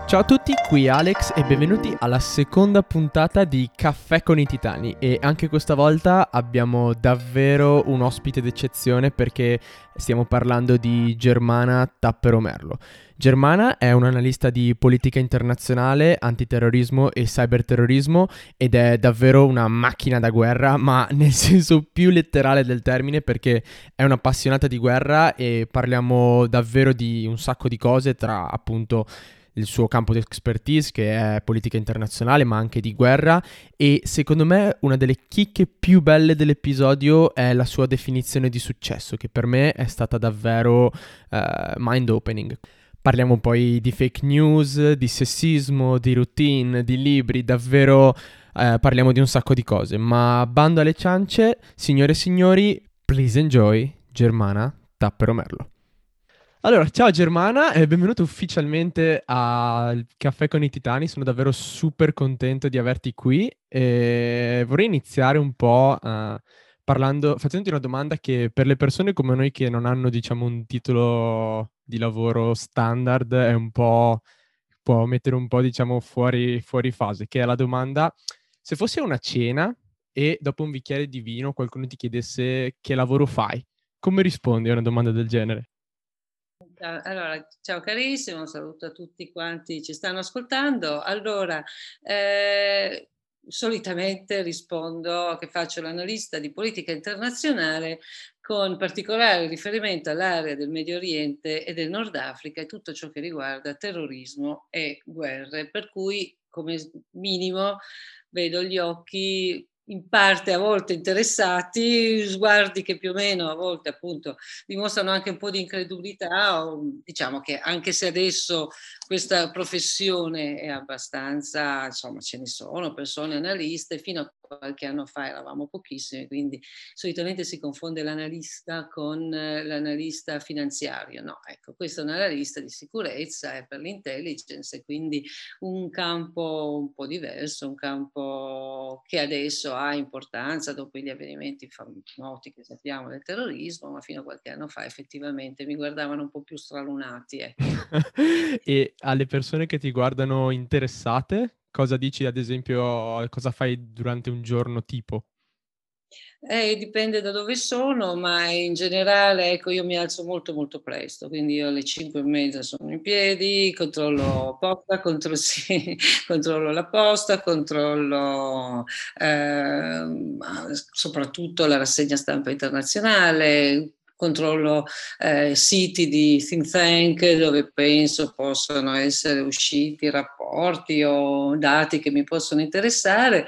Ciao a tutti, qui Alex e benvenuti alla seconda puntata di Caffè con i Titani e anche questa volta abbiamo davvero un ospite d'eccezione perché stiamo parlando di Germana Tappero Merlo. Germana è un'analista di politica internazionale, antiterrorismo e cyberterrorismo ed è davvero una macchina da guerra, ma nel senso più letterale del termine perché è un'appassionata di guerra e parliamo davvero di un sacco di cose tra appunto il suo campo di expertise che è politica internazionale ma anche di guerra e secondo me una delle chicche più belle dell'episodio è la sua definizione di successo che per me è stata davvero mind opening. Parliamo poi di fake news, di sessismo, di routine, di libri, davvero parliamo di un sacco di cose, ma bando alle ciance, signore e signori, please enjoy Germana Tappero Merlo. Allora, ciao Germana e benvenuta ufficialmente al Caffè con i Titani. Sono davvero super contento di averti qui e vorrei iniziare un po' facendoti una domanda che per le persone come noi che non hanno, diciamo, un titolo di lavoro standard è un po', può mettere un po', diciamo, fuori fase, che è la domanda: se fossi a una cena e dopo un bicchiere di vino qualcuno ti chiedesse che lavoro fai, come rispondi a una domanda del genere? Allora, ciao carissimo, un saluto a tutti quanti ci stanno ascoltando. Allora, ehm, solitamente rispondo che faccio l'analista di politica internazionale con particolare riferimento all'area del Medio Oriente e del Nord Africa e tutto ciò che riguarda terrorismo e guerre, per cui come minimo vedo gli occhi in parte a volte interessati, sguardi che più o meno a volte appunto dimostrano anche un po' di incredulità, o diciamo che anche se adesso questa professione è abbastanza, insomma, ce ne sono persone analiste, fino a qualche anno fa eravamo pochissimi, quindi solitamente si confonde l'analista con l'analista finanziario. No, ecco, questo è un analista di sicurezza, è per l'intelligence e quindi un campo un po' diverso, un campo che adesso ha importanza dopo gli avvenimenti noti che sappiamo del terrorismo, ma fino a qualche anno fa effettivamente mi guardavano un po' più stralunati, ecco. E alle persone che ti guardano interessate, cosa dici ad esempio, cosa fai durante un giorno tipo? Dipende da dove sono, ma in generale, ecco, io mi alzo molto, molto presto, quindi io alle 5 e mezza sono in piedi, controllo posta, sì, controllo la posta, controllo, soprattutto la rassegna stampa internazionale, controllo, siti di think tank dove penso possano essere usciti rapporti o dati che mi possono interessare.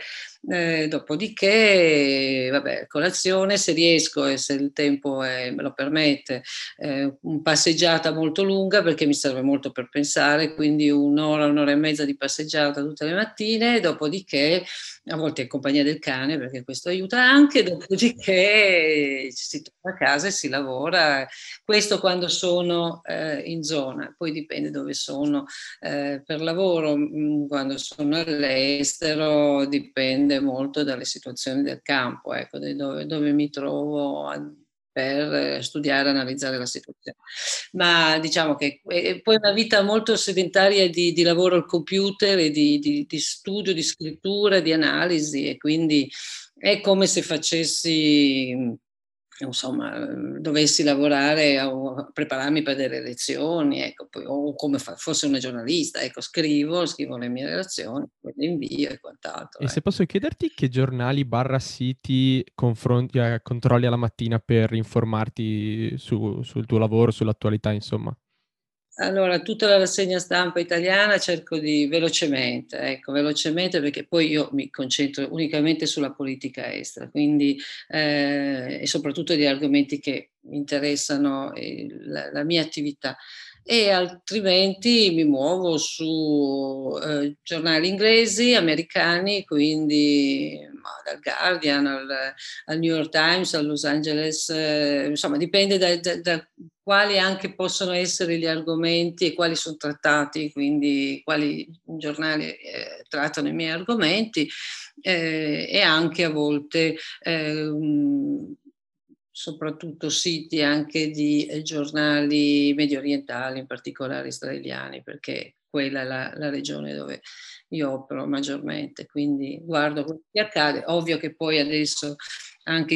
Dopodiché, vabbè, colazione se riesco e se il tempo me lo permette, passeggiata molto lunga perché mi serve molto per pensare, quindi 1 ora, 1 ora e mezza di passeggiata tutte le mattine, dopodiché a volte in compagnia del cane, perché questo aiuta anche, dopodiché si torna a casa e si lavora. Questo quando sono, in zona, poi dipende dove sono per lavoro, quando sono all'estero dipende molto dalle situazioni del campo, ecco, dove mi trovo per studiare e analizzare la situazione. Ma diciamo che è poi una vita molto sedentaria di lavoro al computer e di studio, di scrittura, di analisi e quindi è come se facessi insomma, dovessi lavorare o prepararmi per delle lezioni, ecco, poi o come fossi una giornalista, ecco, scrivo le mie relazioni, poi le invio e quant'altro, E se ecco. posso chiederti che giornali/siti controlli alla mattina per informarti sul tuo lavoro, sull'attualità insomma? Allora, tutta la rassegna stampa italiana cerco di velocemente, ecco, velocemente perché poi io mi concentro unicamente sulla politica estera, quindi e soprattutto di argomenti che interessano la mia attività. E altrimenti mi muovo su, giornali inglesi, americani, quindi ma dal Guardian al New York Times, al Los Angeles, insomma dipende da quali anche possono essere gli argomenti e quali son trattati, quindi quali giornali, trattano i miei argomenti, e anche a volte, soprattutto siti anche di, giornali mediorientali, in particolare israeliani, perché quella è la regione dove io opero maggiormente, quindi guardo quello che accade. Ovvio che poi adesso anche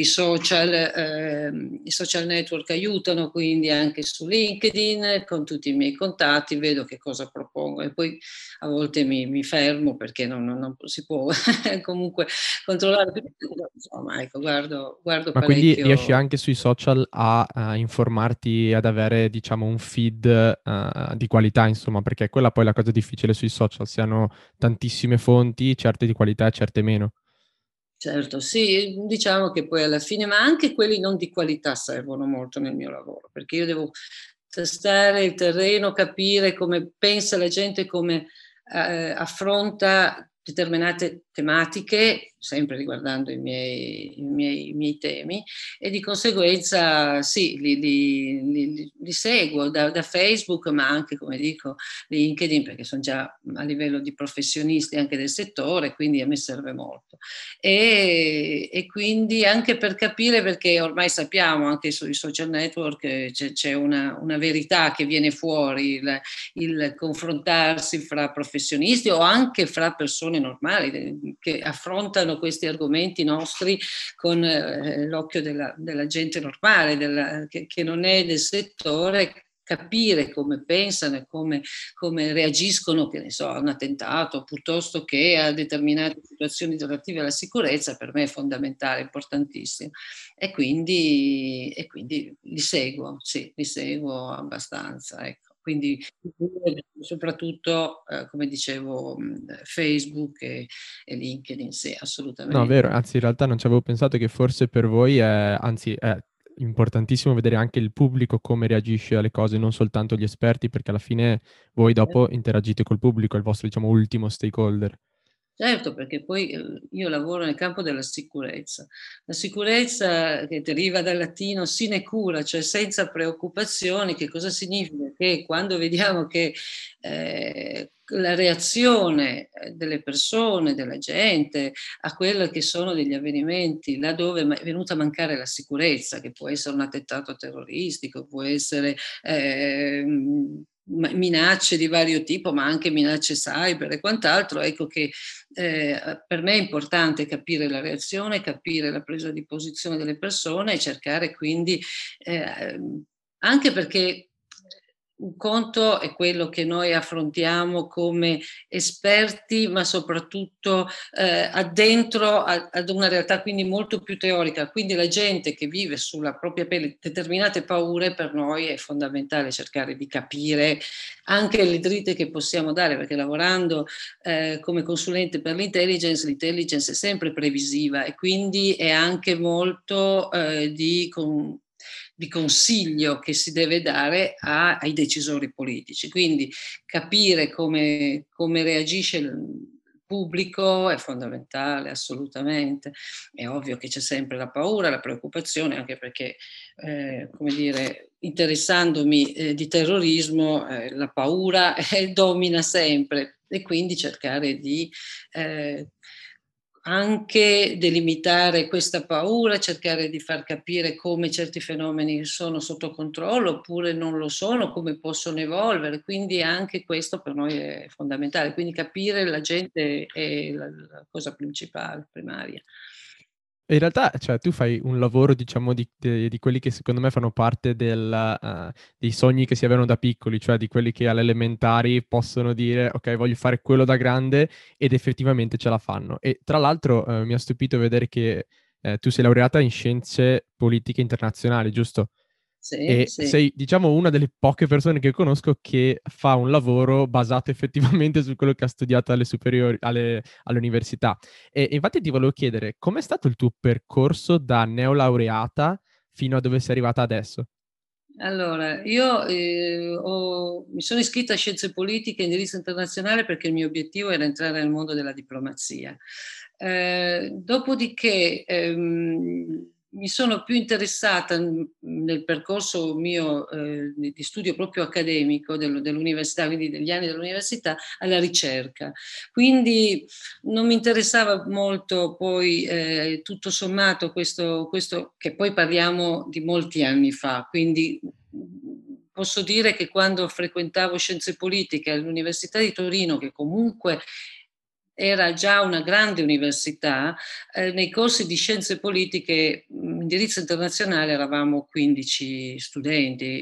i social network aiutano, quindi anche su LinkedIn con tutti i miei contatti vedo che cosa propongo e poi a volte mi fermo perché non si può comunque controllare tutto, insomma ecco guardo Ma quindi riesci parecchio. anche sui social a informarti, ad avere, diciamo, un feed, di qualità, insomma, perché quella poi è la cosa difficile sui social, si hanno tantissime fonti, certe di qualità e certe meno. Certo, sì, diciamo che poi alla fine, ma anche quelli non di qualità servono molto nel mio lavoro, perché io devo tastare il terreno, capire come pensa la gente, come affronta determinate tematiche, sempre riguardando i miei temi, e di conseguenza sì, li seguo da Facebook, ma anche, come dico, LinkedIn, perché sono già a livello di professionisti anche del settore, quindi a me serve molto. E quindi anche per capire, perché ormai sappiamo anche sui social network c'è una verità che viene fuori, il confrontarsi fra professionisti o anche fra persone normali che affrontano questi argomenti nostri con l'occhio della gente normale, che non è del settore, capire come pensano e come reagiscono, che ne so, a un attentato piuttosto che a determinate situazioni relative alla sicurezza, per me è fondamentale, importantissimo. E quindi li seguo, sì, li seguo abbastanza, ecco. Quindi soprattutto, come dicevo, Facebook e LinkedIn, sì, No, assolutamente. vero, anzi in realtà non ci avevo pensato che forse per voi è importantissimo vedere anche il pubblico come reagisce alle cose, non soltanto gli esperti, perché alla fine voi dopo interagite col pubblico, è il vostro, diciamo, ultimo stakeholder. Certo, perché poi io lavoro nel campo della sicurezza. La sicurezza che deriva dal latino sine cura, cioè senza preoccupazioni, che cosa significa? Che quando vediamo che la reazione delle persone, della gente a quello che sono degli avvenimenti, laddove è venuta a mancare la sicurezza, che può essere un attentato terroristico, può essere minacce di vario tipo, ma anche minacce cyber e quant'altro, ecco che per me è importante capire la reazione, capire la presa di posizione delle persone e cercare quindi, eh, anche perché un conto è quello che noi affrontiamo come esperti, ma soprattutto addentro ad una realtà quindi molto più teorica. Quindi la gente che vive sulla propria pelle determinate paure, per noi è fondamentale cercare di capire anche le dritte che possiamo dare, perché lavorando come consulente per l'intelligence è sempre previsiva e quindi è anche molto di consiglio che si deve dare ai decisori politici. Quindi capire come reagisce il pubblico è fondamentale, assolutamente. È ovvio che c'è sempre la paura, la preoccupazione, anche perché, come dire, interessandomi di terrorismo, la paura domina sempre e quindi cercare di eh, anche delimitare questa paura, cercare di far capire come certi fenomeni sono sotto controllo oppure non lo sono, come possono evolvere. Quindi anche questo per noi è fondamentale. Quindi capire la gente è la cosa principale, primaria. E in realtà, cioè, tu fai un lavoro, diciamo, di quelli che secondo me fanno parte dei sogni che si avevano da piccoli, cioè di quelli che alle elementari possono dire, ok, voglio fare quello da grande ed effettivamente ce la fanno. E tra l'altro, mi ha stupito vedere che tu sei laureata in scienze politiche internazionali, giusto? Sì, E sì. sei, diciamo, una delle poche persone che conosco che fa un lavoro basato effettivamente su quello che ha studiato alle superiori, all'università. E infatti ti volevo chiedere, com'è stato il tuo percorso da neolaureata fino a dove sei arrivata adesso? Allora, io mi sono iscritta a Scienze Politiche e Indirizzo Internazionale perché il mio obiettivo era entrare nel mondo della diplomazia. Dopodiché mi sono più interessata nel percorso mio di studio proprio accademico dell'università, quindi degli anni dell'università, alla ricerca. Quindi non mi interessava molto poi tutto sommato questo, che poi parliamo di molti anni fa, quindi posso dire che quando frequentavo scienze politiche all'Università di Torino, che comunque era già una grande università, nei corsi di scienze politiche, indirizzo internazionale, eravamo 15 studenti.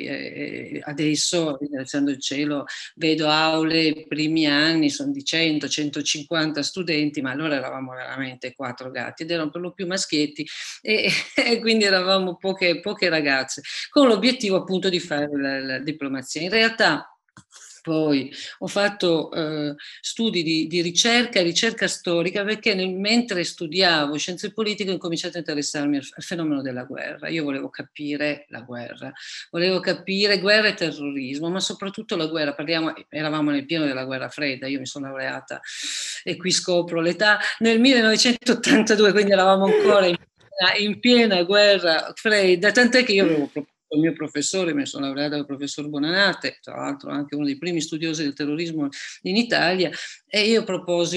Adesso, ringraziando il cielo, vedo aule, i primi anni sono di 100, 150 studenti, ma allora eravamo veramente 4 gatti ed erano per lo più maschietti e, e quindi eravamo poche ragazze, con l'obiettivo appunto di fare la diplomazia. In realtà poi ho fatto studi di ricerca storica, perché mentre studiavo scienze politiche ho cominciato a interessarmi al fenomeno della guerra. Io volevo capire la guerra, volevo capire guerra e terrorismo, ma soprattutto la guerra. Eravamo nel pieno della guerra fredda, io mi sono laureata e qui scopro l'età nel 1982, quindi eravamo ancora in piena guerra fredda, tant'è che io avevo proposto il mio professore, mi sono laureata dal professor Bonanate, tra l'altro anche uno dei primi studiosi del terrorismo in Italia, e io proposi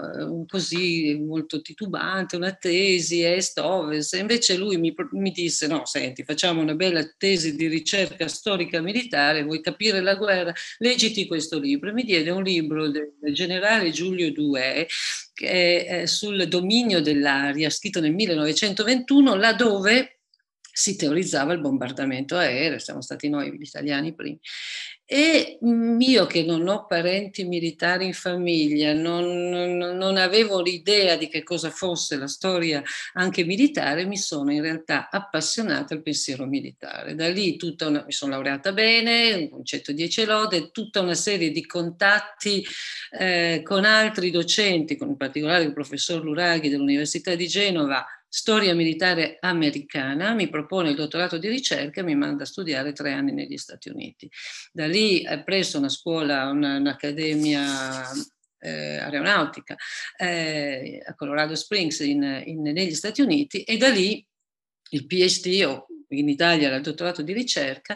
così molto titubante, una tesi est-ovest, e invece lui mi disse: no, senti, facciamo una bella tesi di ricerca storica militare, vuoi capire la guerra? Leggiti questo libro. E mi diede un libro del generale Giulio Douhet, che è sul dominio dell'aria, scritto nel 1921, laddove si teorizzava il bombardamento aereo, siamo stati noi gli italiani primi. E io, che non ho parenti militari in famiglia, non avevo l'idea di che cosa fosse la storia anche militare, mi sono in realtà appassionata al pensiero militare. Da lì mi sono laureata bene, un 110 lode, tutta una serie di contatti con altri docenti, con in particolare il professor Luraghi dell'Università di Genova, storia militare americana, mi propone il dottorato di ricerca e mi manda a studiare 3 anni negli Stati Uniti. Da lì presso una scuola, un'accademia aeronautica a Colorado Springs negli Stati Uniti, e da lì il PhD, o in Italia il dottorato di ricerca.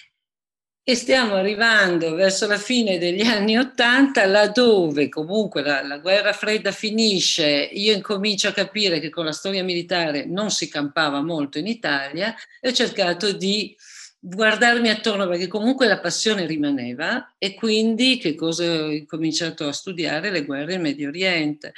E stiamo arrivando verso la fine degli anni '80, laddove comunque la guerra fredda finisce, io incomincio a capire che con la storia militare non si campava molto in Italia, e ho cercato di guardarmi attorno, perché comunque la passione rimaneva, e quindi che cosa ho incominciato a studiare? Le guerre in Medio Oriente,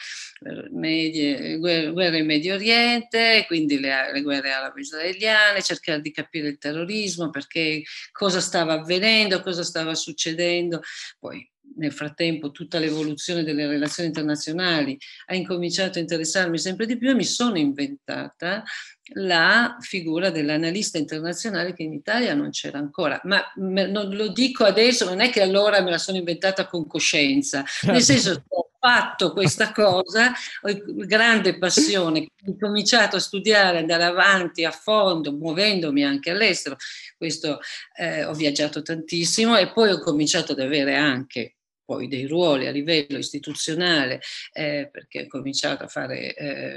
guerre in Medio Oriente, quindi le guerre arabo-israeliane, cercare di capire il terrorismo, perché cosa stava avvenendo, cosa stava succedendo. Poi nel frattempo tutta l'evoluzione delle relazioni internazionali ha incominciato a interessarmi sempre di più, e mi sono inventata la figura dell'analista internazionale, che in Italia non c'era ancora, ma non lo dico adesso, non è che allora me la sono inventata con coscienza, nel senso che ho fatto questa cosa, ho grande passione, ho cominciato a studiare, andare avanti a fondo, muovendomi anche all'estero. Questo ho viaggiato tantissimo, e poi ho cominciato ad avere anche poi dei ruoli a livello istituzionale, perché ho cominciato a fare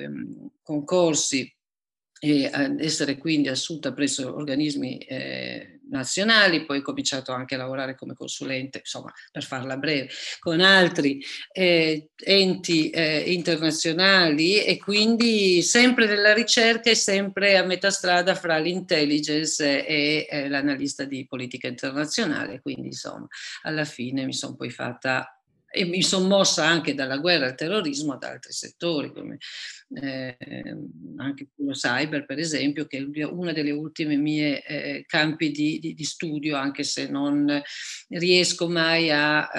concorsi e ad essere quindi assunta presso organismi nazionali. Poi ho cominciato anche a lavorare come consulente, insomma, per farla breve, con altri enti internazionali, e quindi sempre nella ricerca e sempre a metà strada fra l'intelligence e l'analista di politica internazionale. Quindi insomma, alla fine mi sono poi fatta, e mi sono mossa anche dalla guerra al terrorismo ad altri settori, come anche quello cyber, per esempio, che è una delle ultime mie campi di studio, anche se non riesco mai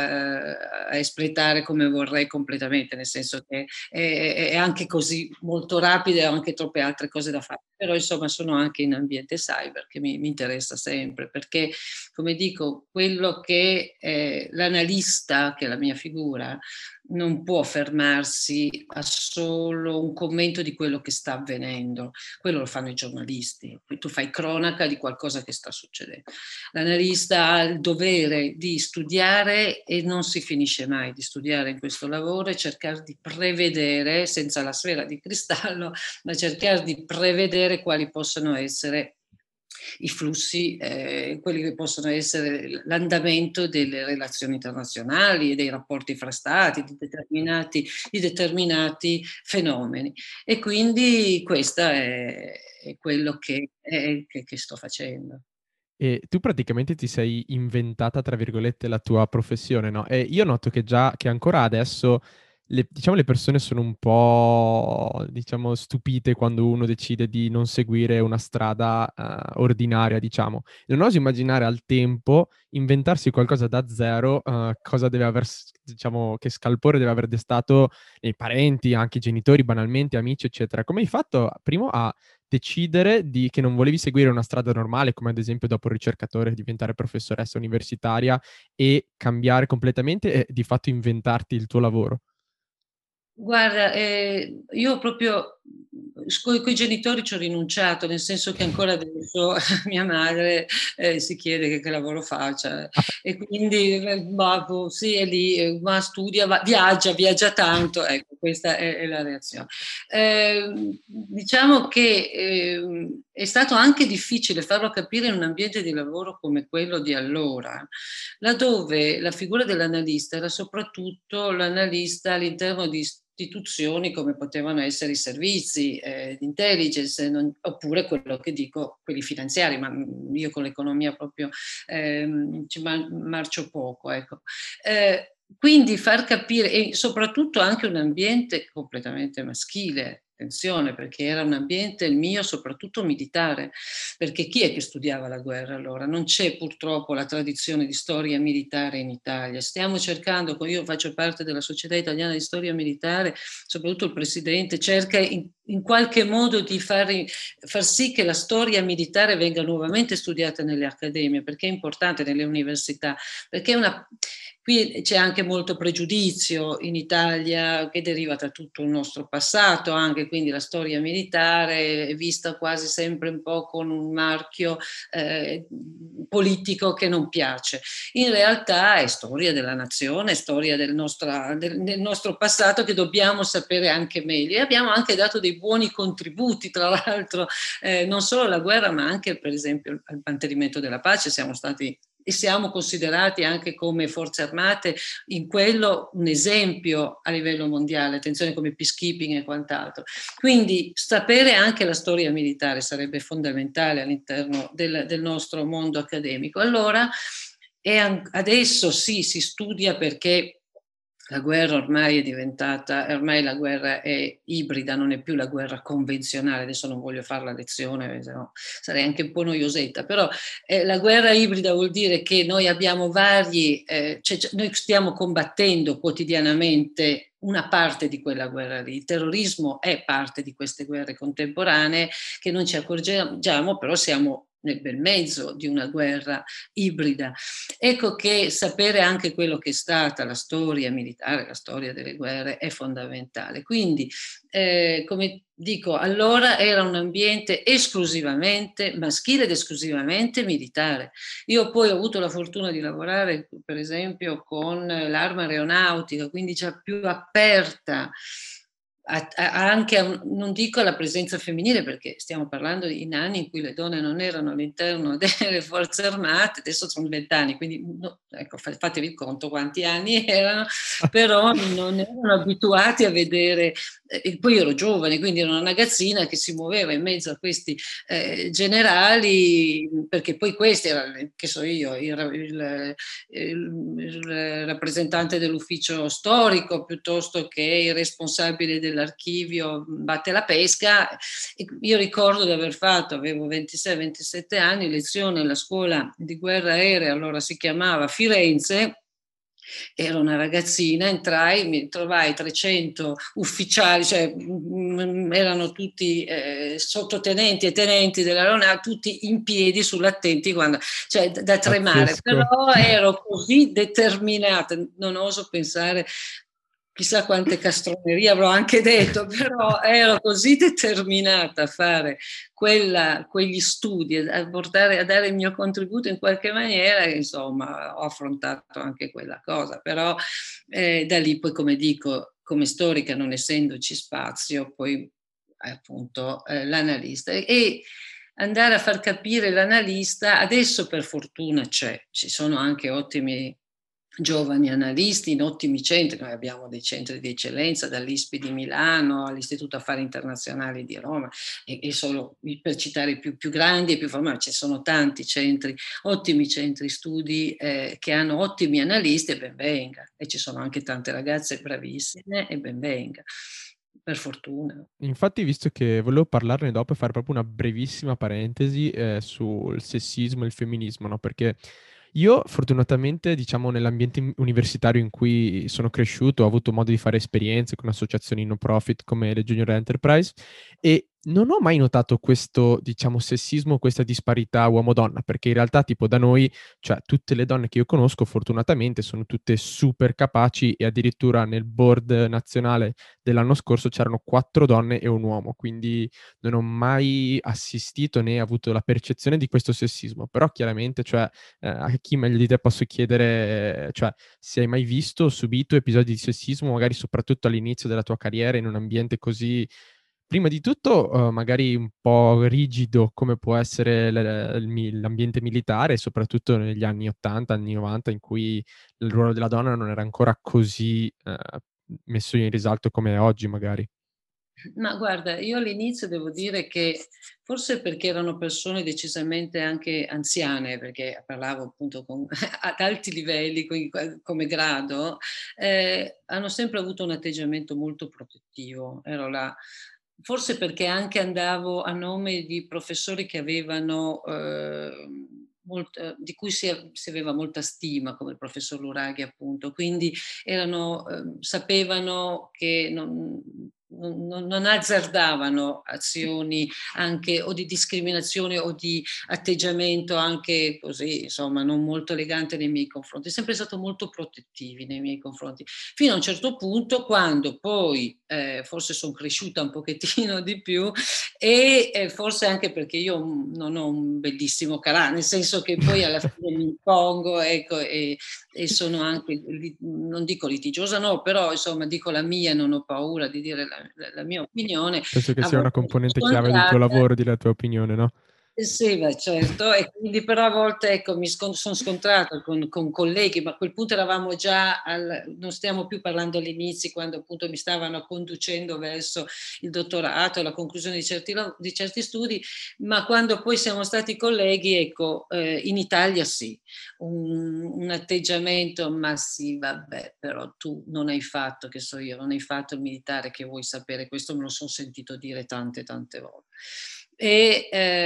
a espletare come vorrei completamente, nel senso che è anche così molto rapida, e ho anche troppe altre cose da fare. Però insomma sono anche in ambiente cyber, che mi interessa sempre, perché, come dico, quello che l'analista, che è la mia figura, non può fermarsi a solo un commento di quello che sta avvenendo. Quello lo fanno i giornalisti, tu fai cronaca di qualcosa che sta succedendo. L'analista ha il dovere di studiare, e non si finisce mai di studiare in questo lavoro, e cercare di prevedere, senza la sfera di cristallo, ma cercare di prevedere quali possono essere i flussi, quelli che possono essere l'andamento delle relazioni internazionali e dei rapporti fra stati, di determinati fenomeni. E quindi questo è quello che sto facendo. E tu praticamente ti sei inventata, tra virgolette, la tua professione, no? E io noto che già, che ancora adesso, diciamo, le persone sono un po', diciamo, stupite quando uno decide di non seguire una strada, ordinaria, diciamo. Non oso immaginare al tempo inventarsi qualcosa da zero, cosa deve aver, diciamo, che scalpore deve aver destato nei parenti, anche i genitori, banalmente, amici, eccetera. Come hai fatto, primo, a decidere che non volevi seguire una strada normale, come ad esempio dopo il ricercatore diventare professoressa universitaria e cambiare completamente e di fatto inventarti il tuo lavoro? Guarda, io proprio coi genitori c'ho rinunciato, nel senso che ancora adesso mia madre, si chiede che lavoro faccia e quindi, boh, sì è lì, ma studia, va viaggia tanto, ecco questa è la reazione. Diciamo che, è stato anche difficile farlo capire in un ambiente di lavoro come quello di allora, laddove la figura dell'analista era soprattutto l'analista all'interno di istituzioni come potevano essere i servizi di intelligence, oppure quello che dico, quelli finanziari, ma io con l'economia proprio ci marcio poco. Ecco. Quindi far capire, e soprattutto anche un ambiente completamente maschile, attenzione, perché era un ambiente, il mio, soprattutto militare, perché chi è che studiava la guerra allora? Non c'è purtroppo la tradizione di storia militare in Italia. Stiamo cercando, io faccio parte della Società Italiana di Storia Militare, soprattutto il presidente cerca in qualche modo di far sì che la storia militare venga nuovamente studiata nelle accademie, perché è importante nelle università, perché è una qui c'è anche molto pregiudizio in Italia che deriva da tutto il nostro passato, anche quindi la storia militare è vista quasi sempre un po' con un marchio politico che non piace. In realtà è storia della nazione, è storia del nostro passato che dobbiamo sapere anche meglio. E abbiamo anche dato dei buoni contributi, tra l'altro, non solo alla guerra, ma anche per esempio al mantenimento della pace. Siamo stati e siamo considerati anche come forze armate in quello un esempio a livello mondiale, attenzione come peacekeeping e quant'altro. Quindi sapere anche la storia militare sarebbe fondamentale all'interno del nostro mondo accademico. Allora, adesso sì, si studia perché la guerra ormai è diventata, ormai la guerra è ibrida, non è più la guerra convenzionale, adesso non voglio fare la lezione, se no sarei anche un po' noiosetta, però la guerra ibrida vuol dire che noi abbiamo noi stiamo combattendo quotidianamente una parte di quella guerra lì. Il terrorismo è parte di queste guerre contemporanee che non ci accorgiamo, però siamo nel bel mezzo di una guerra ibrida. Ecco che sapere anche quello che è stata la storia militare, la storia delle guerre è fondamentale. Quindi, come dico, allora era un ambiente esclusivamente maschile ed esclusivamente militare. Io poi ho avuto la fortuna di lavorare, per esempio, con l'arma aeronautica, quindi già più aperta anche non dico alla presenza femminile, perché stiamo parlando di anni in cui le donne non erano all'interno delle forze armate, adesso sono 20 anni, quindi no, ecco, fatevi il conto quanti anni erano, però non erano abituati a vedere, poi ero giovane, quindi ero una ragazzina che si muoveva in mezzo a questi generali, perché poi questi era, che so io, il rappresentante dell'ufficio storico piuttosto che il responsabile dell'archivio batte la pesca. Io ricordo di aver fatto, avevo 26-27 anni, lezione alla scuola di guerra aerea, allora si chiamava Firenze. Ero una ragazzina, entrai, mi trovai 300 ufficiali, cioè erano tutti sottotenenti e tenenti dell'aeronautica, tutti in piedi sull'attenti, cioè da tremare, Pazzesco. però ero così determinata, non oso pensare chissà quante castronerie avrò anche detto, però ero così determinata a fare quegli studi, a dare il mio contributo in qualche maniera, che insomma ho affrontato anche quella cosa, però da lì poi come dico, come storica non essendoci spazio, poi appunto l'analista e andare a far capire l'analista, adesso per fortuna ci sono anche ottimi giovani analisti in ottimi centri. Noi abbiamo dei centri di eccellenza, dall'ISPI di Milano all'Istituto Affari Internazionali di Roma, e solo per citare i più grandi e più famosi. Ci sono tanti centri, ottimi centri studi che hanno ottimi analisti, e ben venga. E ci sono anche tante ragazze bravissime, e ben venga, per fortuna. Infatti, visto che volevo parlarne dopo e fare proprio una brevissima parentesi, sul sessismo e il femminismo, no, perché io fortunatamente, diciamo, nell'ambiente universitario in cui sono cresciuto, ho avuto modo di fare esperienze con associazioni no profit come le Junior Enterprise e non ho mai notato questo, diciamo, sessismo, questa disparità uomo-donna, perché in realtà tipo da noi, cioè tutte le donne che io conosco fortunatamente sono tutte super capaci e addirittura nel board nazionale dell'anno scorso c'erano 4 donne e 1 uomo, quindi non ho mai assistito né avuto la percezione di questo sessismo. Però chiaramente, cioè, a chi meglio di te posso chiedere, cioè, se hai mai visto o subito episodi di sessismo, magari soprattutto all'inizio della tua carriera in un ambiente così, prima di tutto, magari un po' rigido come può essere l'ambiente militare, soprattutto negli anni '80, anni '90 in cui il ruolo della donna non era ancora così, messo in risalto come è oggi magari. Ma guarda, io all'inizio devo dire che forse perché erano persone decisamente anche anziane, perché parlavo appunto con ad alti livelli, come grado, hanno sempre avuto un atteggiamento molto protettivo. Ero là forse perché anche andavo a nome di professori che avevano, di cui si aveva molta stima, come il professor Luraghi appunto, quindi sapevano che non azzardavano azioni anche o di discriminazione o di atteggiamento anche così, insomma, non molto elegante nei miei confronti. È sempre stato molto protettivi nei miei confronti. Fino a un certo punto, quando poi forse son cresciuta un pochettino di più e forse anche perché io, non ho un bellissimo nel senso che poi alla fine mi impongo, ecco, e sono anche non dico litigiosa no, però insomma dico la mia, non ho paura di dire la mia opinione. Penso che A sia una volte mi sono componente chiave del tuo scontrata. lavoro dire la tua opinione, no? Sì, beh certo, e quindi però a volte ecco son scontrata con colleghi, ma a quel punto eravamo già non stiamo più parlando agli inizi quando appunto mi stavano conducendo verso il dottorato, la conclusione di certi studi, ma quando poi siamo stati colleghi, ecco, in Italia sì, un atteggiamento: "Ma sì, vabbè, però tu non hai fatto, che so io, non hai fatto il militare, che vuoi sapere?" Questo me lo son sentito dire tante, tante volte. E,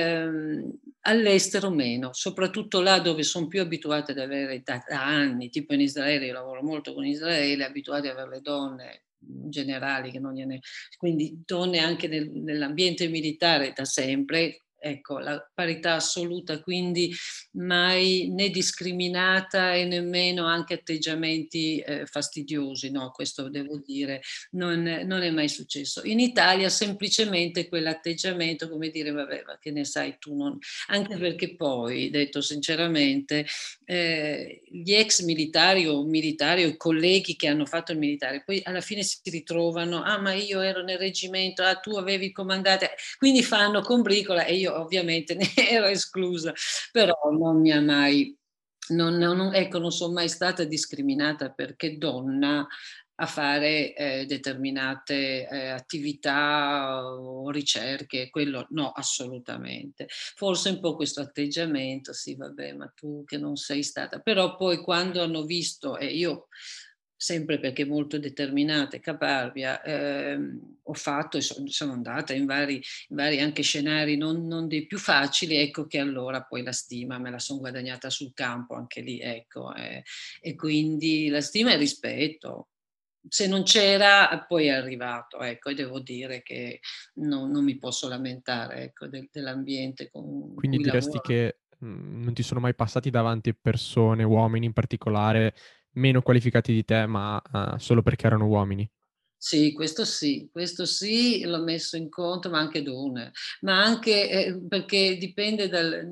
all'estero meno, soprattutto là dove son più abituata ad avere da anni, tipo in Israele, io lavoro molto con Israele, abituati ad aver le donne generali che non gliene quindi donne anche nell'ambiente militare da sempre, ecco, la parità assoluta, quindi mai né discriminata e nemmeno anche atteggiamenti, fastidiosi, no, questo devo dire non è mai successo. In Italia semplicemente quell'atteggiamento, come dire: "Vabbè, ma che ne sai tu, non" anche perché poi, detto sinceramente, gli ex militari o i colleghi che hanno fatto il militare, poi alla fine si ritrovano: "Ah, ma io ero nel reggimento, ah, tu avevi comandato", quindi fanno combricola e io ovviamente ne ero esclusa, però non mi ha mai ecco, non son mai stata discriminata perché donna a fare, determinate, attività o ricerche, quello no, assolutamente. Forse un po' questo atteggiamento: "Sì vabbè, ma tu che non sei stata", però poi quando hanno visto e io sempre perché molto determinata e caparbia, ho fatto e sono andata in vari anche scenari non dei più facili, ecco che allora poi la stima me la son guadagnata sul campo anche lì, ecco, e quindi la stima e il rispetto. Se non c'era, poi è arrivato, ecco, e devo dire che non mi posso lamentare, ecco, dell'ambiente con Quindi cui diresti lavoro. che, non ti sono mai passati davanti persone, uomini in particolare, meno qualificati di te, ma, solo perché erano uomini? Sì, questo sì, l'ho messo in conto, ma anche donne, ma anche, perché dipende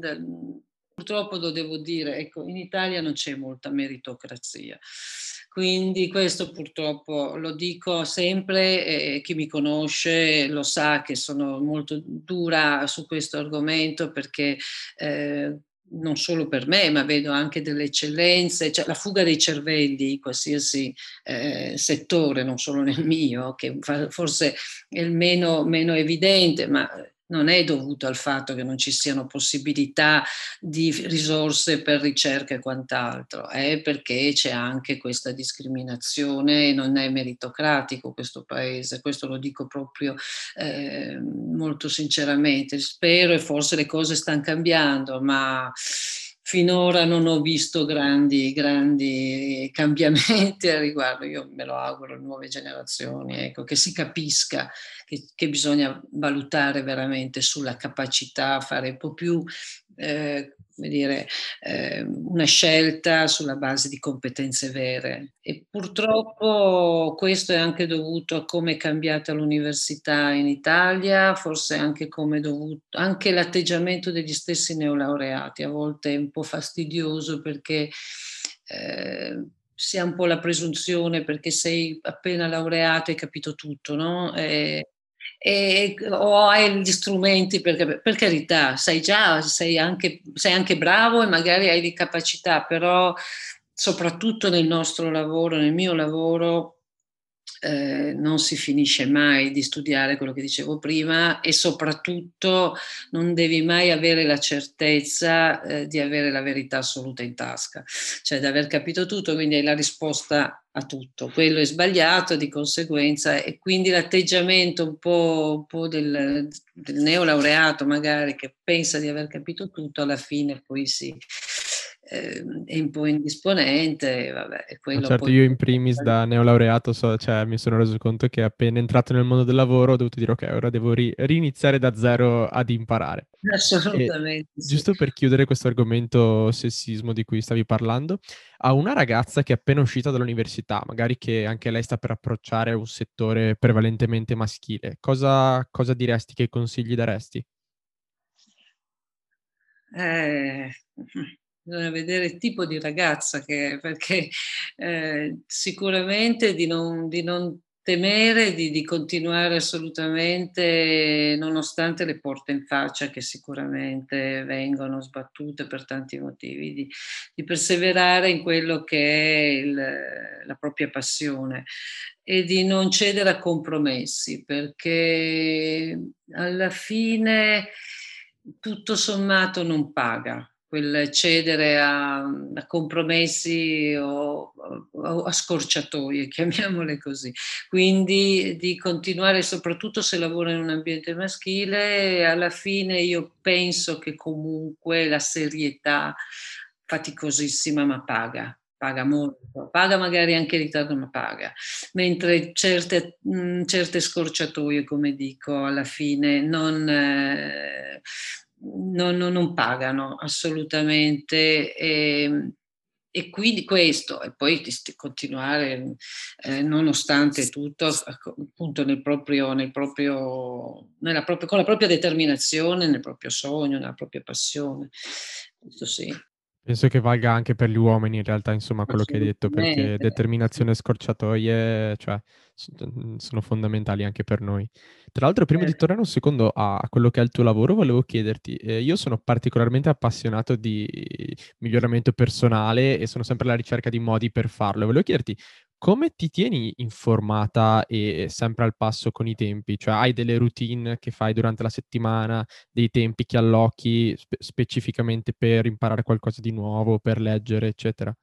purtroppo lo devo dire, ecco, in Italia non c'è molta meritocrazia. Quindi questo purtroppo lo dico sempre e chi mi conosce lo sa che sono molto dura su questo argomento perché, ehm, non solo per me, ma vedo anche delle eccellenze, cioè la fuga dei cervelli in qualsiasi settore, non solo nel mio, che forse è il meno evidente, ma non è dovuto al fatto che non ci siano possibilità di risorse per ricerca e quant'altro, è perché c'è anche questa discriminazione e non è meritocratico questo paese, questo lo dico proprio molto sinceramente. Spero, e forse le cose stanno cambiando, ma finora non ho visto grandi cambiamenti al riguardo. Io me lo auguro alle nuove generazioni, ecco, che si capisca che bisogna valutare veramente sulla capacità, fare un po' più, come dire, una scelta sulla base di competenze vere. E purtroppo questo è anche dovuto a come è cambiata l'università in Italia, forse anche come è dovuto, anche l'atteggiamento degli stessi neolaureati a volte è un po' fastidioso, perché si ha un po' la presunzione, perché sei appena laureato hai capito tutto, no? O hai gli strumenti, perché per carità, sei anche bravo e magari hai di capacità, però soprattutto nel nostro lavoro, nel mio lavoro, non si finisce mai di studiare quello che dicevo prima, e soprattutto non devi mai avere la certezza di avere la verità assoluta in tasca, cioè di aver capito tutto, quindi hai la risposta a tutto. Quello è sbagliato di conseguenza, e quindi l'atteggiamento un po' del neolaureato magari, che pensa di aver capito tutto, alla fine poi è un po' indisponente, vabbè, e Ma quello certo, poi. io in primis da neolaureato cioè mi sono reso conto che appena entrato nel mondo del lavoro ho dovuto dire: "Okay, ora devo riniziare da zero ad imparare". E Assolutamente sì. giusto per chiudere questo argomento sessismo di cui stavi parlando, a una ragazza che è appena uscita dall'università, magari che anche lei sta per approcciare un settore prevalentemente maschile, cosa diresti, che consigli daresti? Bisogna vedere il tipo di ragazza che è, perché, sicuramente di non temere, di continuare assolutamente, nonostante le porte in faccia che sicuramente vengono sbattute per tanti motivi, di perseverare in quello che è la propria passione e di non cedere a compromessi, perché alla fine tutto sommato non paga quel cedere a compromessi o a scorciatoie, chiamiamole così. Quindi di continuare, soprattutto se lavoro in un ambiente maschile, alla fine io penso che comunque la serietà, faticosissima, ma paga molto, paga magari anche in ritardo, ma paga. Mentre certe scorciatoie, come dico, alla fine non pagano assolutamente, e quindi questo, e poi continuare, nonostante tutto, appunto con la propria determinazione, nel proprio sogno, nella propria passione. Questo sì, Penso che valga anche per gli uomini in realtà, insomma, quello che hai detto, perché assolutamente. determinazione e scorciatoie, cioè, sono fondamentali anche per noi. Tra l'altro, prima di Certo. tornare un secondo a quello che è il tuo lavoro, volevo chiederti, io sono particolarmente appassionato di miglioramento personale e sono sempre alla ricerca di modi per farlo. Volevo chiederti come ti tieni informata e sempre al passo con i tempi? Cioè, hai delle routine che fai durante la settimana, dei tempi che allocchi specificamente per imparare qualcosa di nuovo, per leggere, eccetera?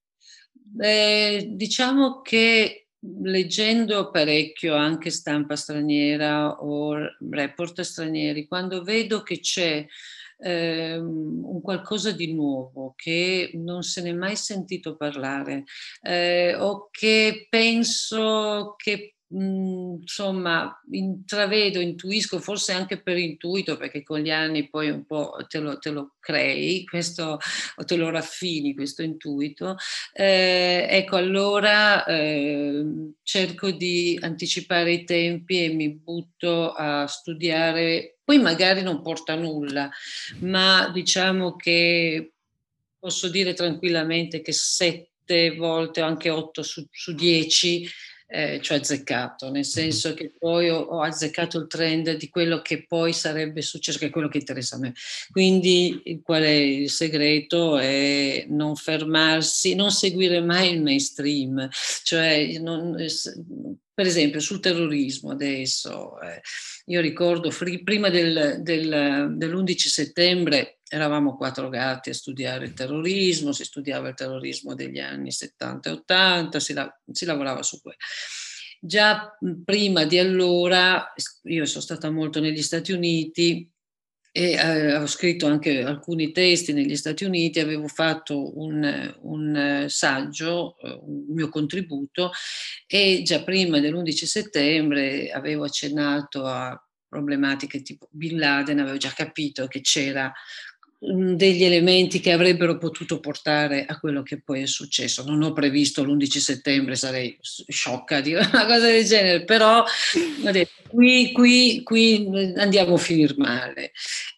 Diciamo che leggendo parecchio anche stampa straniera o report stranieri, quando vedo che c'è un qualcosa di nuovo che non se n'è mai sentito parlare, o che penso che, insomma, intravedo, intuisco, forse anche per intuito, perché con gli anni poi un po' te lo crei questo, o te lo raffini questo intuito. Ecco, allora cerco di anticipare i tempi e mi butto a studiare. Poi magari non porta a nulla, ma diciamo che posso dire tranquillamente che 7 volte o anche 8 su 10 cioè azzeccato, nel senso che poi ho azzeccato il trend di quello che poi sarebbe successo, che è quello che interessa a me. Quindi qual è il segreto? È non fermarsi, non seguire mai il mainstream, cioè per esempio sul terrorismo adesso, io ricordo prima dell'11 settembre eravamo quattro gatti a studiare il terrorismo, si studiava il terrorismo degli anni 70 e 80, si lavorava su quello. Già prima di allora, io sono stata molto negli Stati Uniti e ho scritto anche alcuni testi negli Stati Uniti, avevo fatto un saggio, un mio contributo, e già prima dell'11 settembre avevo accennato a problematiche tipo Bin Laden, avevo già capito che c'era degli elementi che avrebbero potuto portare a quello che poi è successo. Non ho previsto l'11 settembre, sarei sciocca a dire una cosa del genere, però ho detto, qui andiamo a finire male.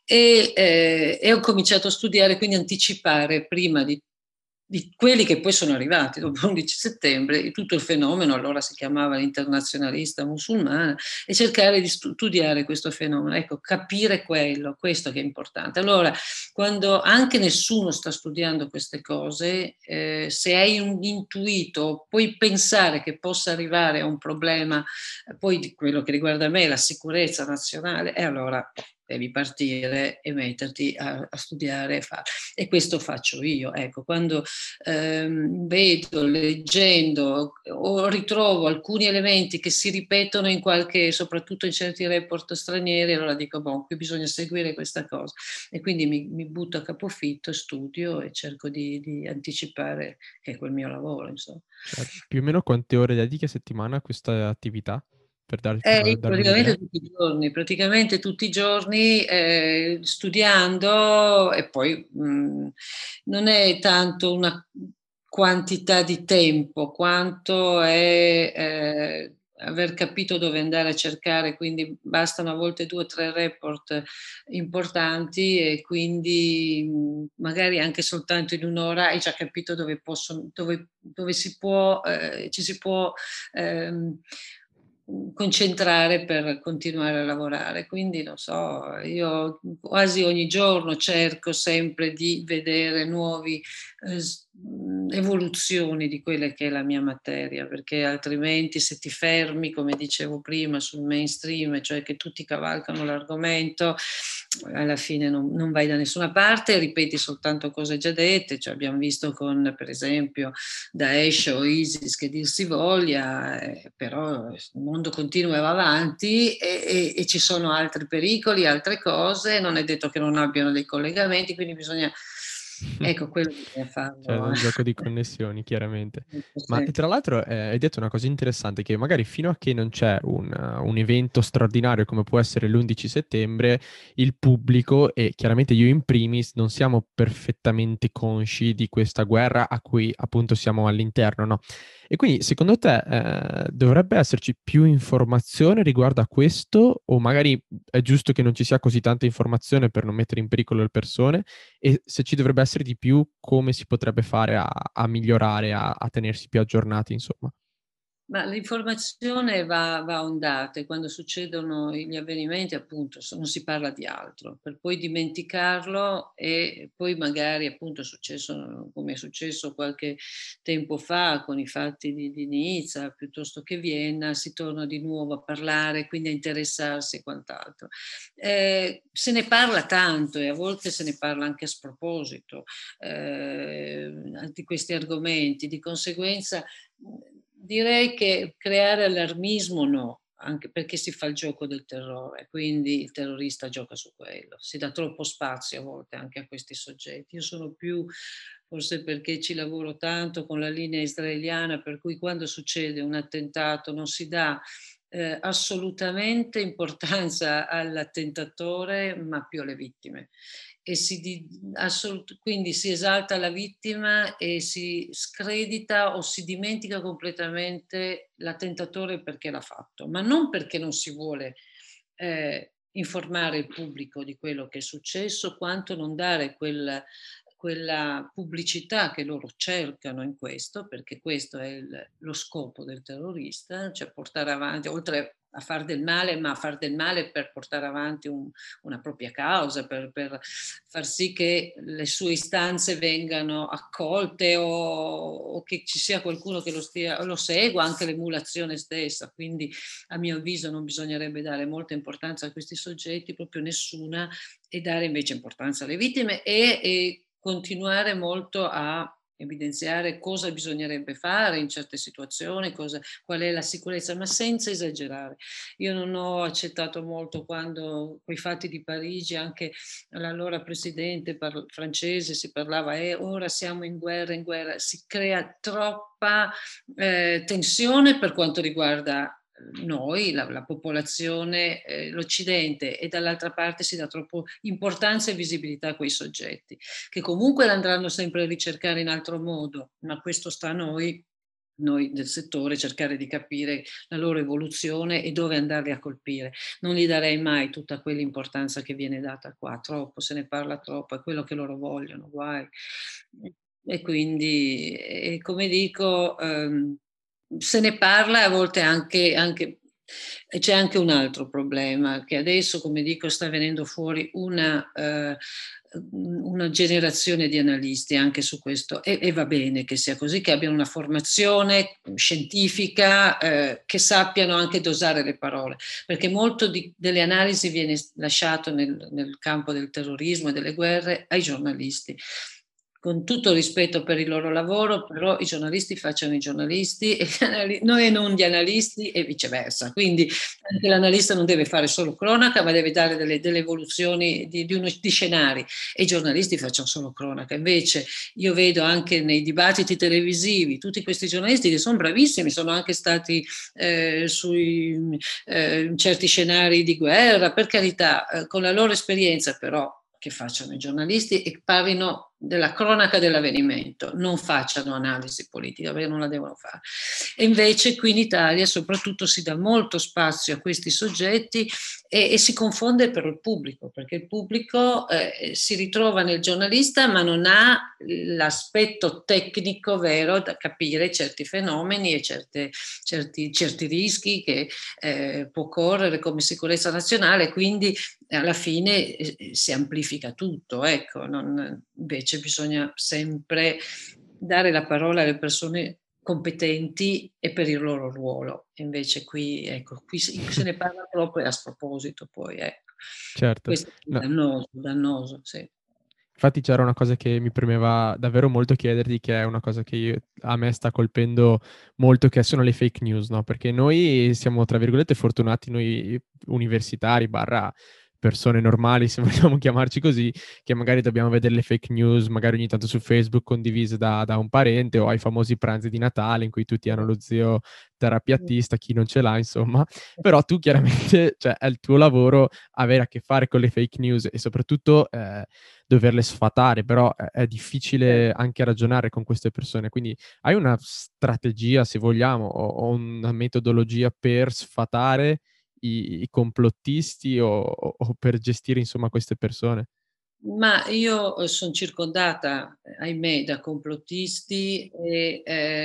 E ho cominciato a studiare, quindi anticipare prima di quelli che poi sono arrivati dopo l'11 settembre, tutto il fenomeno, allora si chiamava l'internazionalista musulmana, e cercare di studiare questo fenomeno, ecco, capire questo che è importante. Allora, quando anche nessuno sta studiando queste cose, se hai un intuito, puoi pensare che possa arrivare a un problema, poi di quello che riguarda me, la sicurezza nazionale, e allora devi partire e metterti a studiare e fare. E questo faccio io, ecco, quando vedo, leggendo o ritrovo alcuni elementi che si ripetono in soprattutto in certi report stranieri, allora dico, boh, qui bisogna seguire questa cosa. E quindi mi butto a capofitto, studio e cerco di anticipare, che è quel mio lavoro, insomma. Certo. Più o meno quante ore dedichi a settimana a questa attività? Per Io darmi un'idea? praticamente tutti i giorni, studiando, e poi non è tanto una quantità di tempo quanto è aver capito dove andare a cercare, quindi bastano a volte 2 o 3 report importanti, e quindi magari anche soltanto in 1 ora hai già capito dove ci si può ehm, concentrare per continuare a lavorare. Quindi non so, io quasi ogni giorno cerco sempre di vedere nuovi evoluzioni di quella che è la mia materia, perché altrimenti se ti fermi, come dicevo prima, sul mainstream, cioè che tutti cavalcano l'argomento, alla fine non vai da nessuna parte, ripeti soltanto cose già dette. Cioè abbiamo visto con, per esempio, Daesh o ISIS, che dir si voglia, però il mondo continua e va avanti, e ci sono altri pericoli, altre cose, non è detto che non abbiano dei collegamenti, quindi bisogna, ecco, quello bisogna Certo, farlo. un gioco di connessioni chiaramente. Ma e Sì. tra l'altro, hai detto una cosa interessante, che magari fino a che non c'è un evento straordinario come può essere l'11 settembre, il pubblico, e chiaramente io in primis, non siamo perfettamente consci di questa guerra a cui appunto siamo all'interno, no? E quindi secondo te, dovrebbe esserci più informazione riguardo a questo, o magari è giusto che non ci sia così tanta informazione per non mettere in pericolo le persone? E se ci dovrebbe essere di più, come si potrebbe fare a migliorare, a tenersi più aggiornati, insomma? Ma l'informazione va a ondate, quando succedono gli avvenimenti, appunto, non si parla di altro, per poi dimenticarlo, e poi magari, appunto, è successo come è successo qualche tempo fa con i fatti di Nizza, piuttosto che Vienna, si torna di nuovo a parlare, quindi a interessarsi e quant'altro. Se ne parla tanto, e a volte se ne parla anche a sproposito di questi argomenti, di conseguenza direi che creare allarmismo no, anche perché si fa il gioco del terrore, quindi il terrorista gioca su quello, si dà troppo spazio a volte anche a questi soggetti. Io sono più, forse perché ci lavoro tanto con la linea israeliana, per cui quando succede un attentato non si dà assolutamente importanza all'attentatore, ma più alle vittime. Quindi si esalta la vittima e si scredita o si dimentica completamente l'attentatore perché l'ha fatto, ma non perché non si vuole informare il pubblico di quello che è successo, quanto non dare quella pubblicità che loro cercano in questo, perché questo è lo scopo del terrorista, cioè portare avanti, oltre a far del male, ma a far del male per portare avanti una propria causa, per far sì che le sue istanze vengano accolte o che ci sia qualcuno che lo segua, anche l'emulazione stessa. Quindi a mio avviso non bisognerebbe dare molta importanza a questi soggetti, proprio nessuna, e dare invece importanza alle vittime e continuare molto a evidenziare cosa bisognerebbe fare in certe situazioni, qual è la sicurezza, ma senza esagerare. Io non ho accettato molto quando quei fatti di Parigi, anche l'allora presidente francese si parlava, ora siamo in guerra, si crea troppa tensione per quanto riguarda noi, la popolazione, l'Occidente, e dall'altra parte si dà troppo importanza e visibilità a quei soggetti, che comunque andranno sempre a ricercare in altro modo, ma questo sta a noi del settore, cercare di capire la loro evoluzione e dove andarli a colpire. Non gli darei mai tutta quell'importanza che viene data qua, troppo, se ne parla troppo, è quello che loro vogliono, guai. E quindi, come dico, se ne parla a volte anche e c'è anche un altro problema, che adesso, come dico, sta venendo fuori una generazione di analisti anche su questo, e va bene che sia così, che abbiano una formazione scientifica, che sappiano anche dosare le parole, perché molto delle analisi viene lasciato nel campo del terrorismo e delle guerre ai giornalisti. Con tutto il rispetto per il loro lavoro, però i giornalisti facciano i giornalisti e noi non gli analisti e viceversa. Quindi anche l'analista non deve fare solo cronaca, ma deve dare delle evoluzioni di scenari, e i giornalisti facciano solo cronaca. Invece io vedo anche nei dibattiti televisivi tutti questi giornalisti che sono bravissimi, sono anche stati sui certi scenari di guerra, per carità, con la loro esperienza, però che facciano i giornalisti e parlino della cronaca dell'avvenimento, non facciano analisi politica, perché non la devono fare. E invece qui in Italia soprattutto si dà molto spazio a questi soggetti e si confonde per il pubblico, perché il pubblico si ritrova nel giornalista ma non ha l'aspetto tecnico vero da capire certi fenomeni e certi rischi che può correre come sicurezza nazionale, quindi alla fine si amplifica tutto, ecco, invece bisogna sempre dare la parola alle persone competenti e per il loro ruolo. Invece qui, ecco, qui se ne parla troppo e a sproposito poi, ecco. Certo. Questo è No. dannoso, sì. Infatti c'era una cosa che mi premeva davvero molto chiederti, che è una cosa che a me sta colpendo molto, che sono le fake news, no? Perché noi siamo, tra virgolette, fortunati, noi universitari barra persone normali, se vogliamo chiamarci così, che magari dobbiamo vedere le fake news, magari ogni tanto su Facebook condivise da un parente, o ai famosi pranzi di Natale in cui tutti hanno lo zio terapiattista, chi non ce l'ha, insomma. Però tu chiaramente, cioè, è il tuo lavoro avere a che fare con le fake news e soprattutto doverle sfatare, però è difficile anche ragionare con queste persone. Quindi hai una strategia, se vogliamo, o una metodologia per sfatare i complottisti o per gestire insomma queste persone? Ma io son circondata, ahimè, da complottisti e,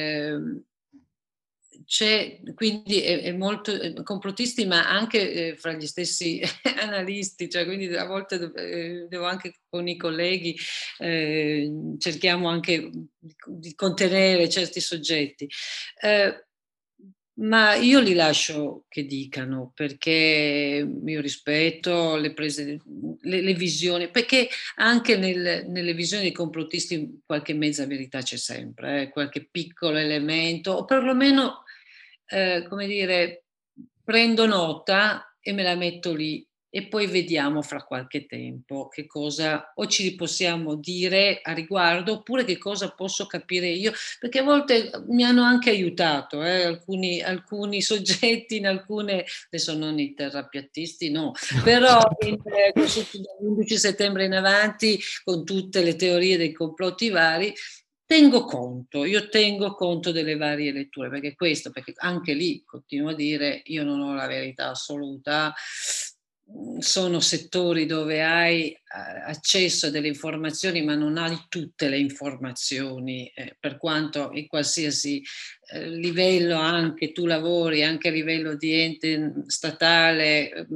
c'è quindi è molto complottisti, ma anche, fra gli stessi analisti, cioè quindi a volte devo anche con i colleghi, cerchiamo anche di contenere certi soggetti. Ehm, ma io li lascio che dicano, perché io rispetto le prese le visioni, perché anche nelle visioni dei complottisti qualche mezza verità c'è sempre, qualche piccolo elemento, o perlomeno, come dire, prendo nota e me la metto lì e poi vediamo fra qualche tempo che cosa o ci possiamo dire a riguardo, oppure che cosa posso capire io, perché a volte mi hanno anche aiutato, alcuni soggetti in alcune, adesso non i terrapiattisti, no, però Certo. dall'11 settembre in avanti, con tutte le teorie dei complotti vari, io tengo conto delle varie letture, perché anche lì continuo a dire, io non ho la verità assoluta, sono settori dove hai accesso a delle informazioni, ma non hai tutte le informazioni, per quanto in qualsiasi livello anche tu lavori, anche a livello di ente statale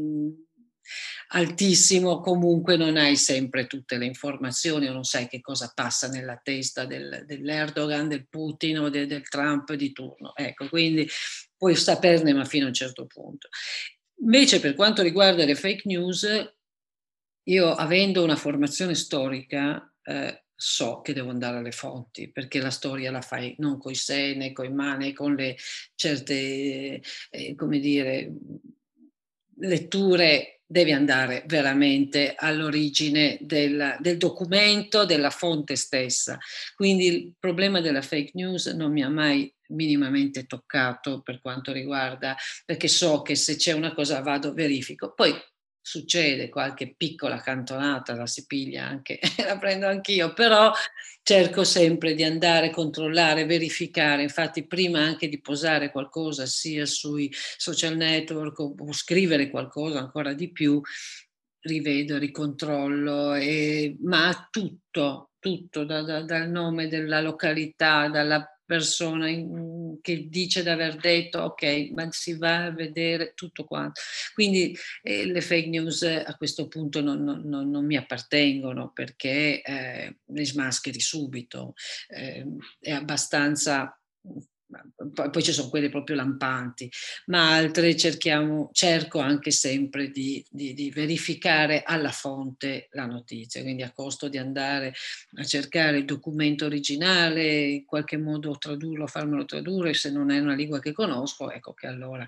altissimo, comunque non hai sempre tutte le informazioni o non sai che cosa passa nella testa dell'Erdogan, del Putin o del Trump di turno. Ecco, quindi puoi saperne, ma fino a un certo punto. Invece per quanto riguarda le fake news, io avendo una formazione storica, so che devo andare alle fonti, perché la storia la fai non coi se, né coi ma, né con le certe, come dire, letture, devi andare veramente all'origine del documento, della fonte stessa. Quindi il problema della fake news non mi ha mai minimamente toccato per quanto riguarda, perché so che se c'è una cosa vado, verifico. Poi succede qualche piccola cantonata, la si piglia anche, la prendo anch'io, però cerco sempre di andare a controllare, verificare. Infatti prima anche di posare qualcosa sia sui social network o scrivere qualcosa ancora di più, rivedo, ricontrollo, ma tutto dal nome della località, dalla persona che dice di aver detto, ok, ma si va a vedere tutto quanto. Quindi le fake news a questo punto non mi appartengono perché le smascheri subito, è abbastanza. Poi ci sono quelle proprio lampanti, ma altre cerco anche sempre di verificare alla fonte la notizia, quindi a costo di andare a cercare il documento originale, in qualche modo tradurlo, farmelo tradurre, se non è una lingua che conosco, ecco che allora.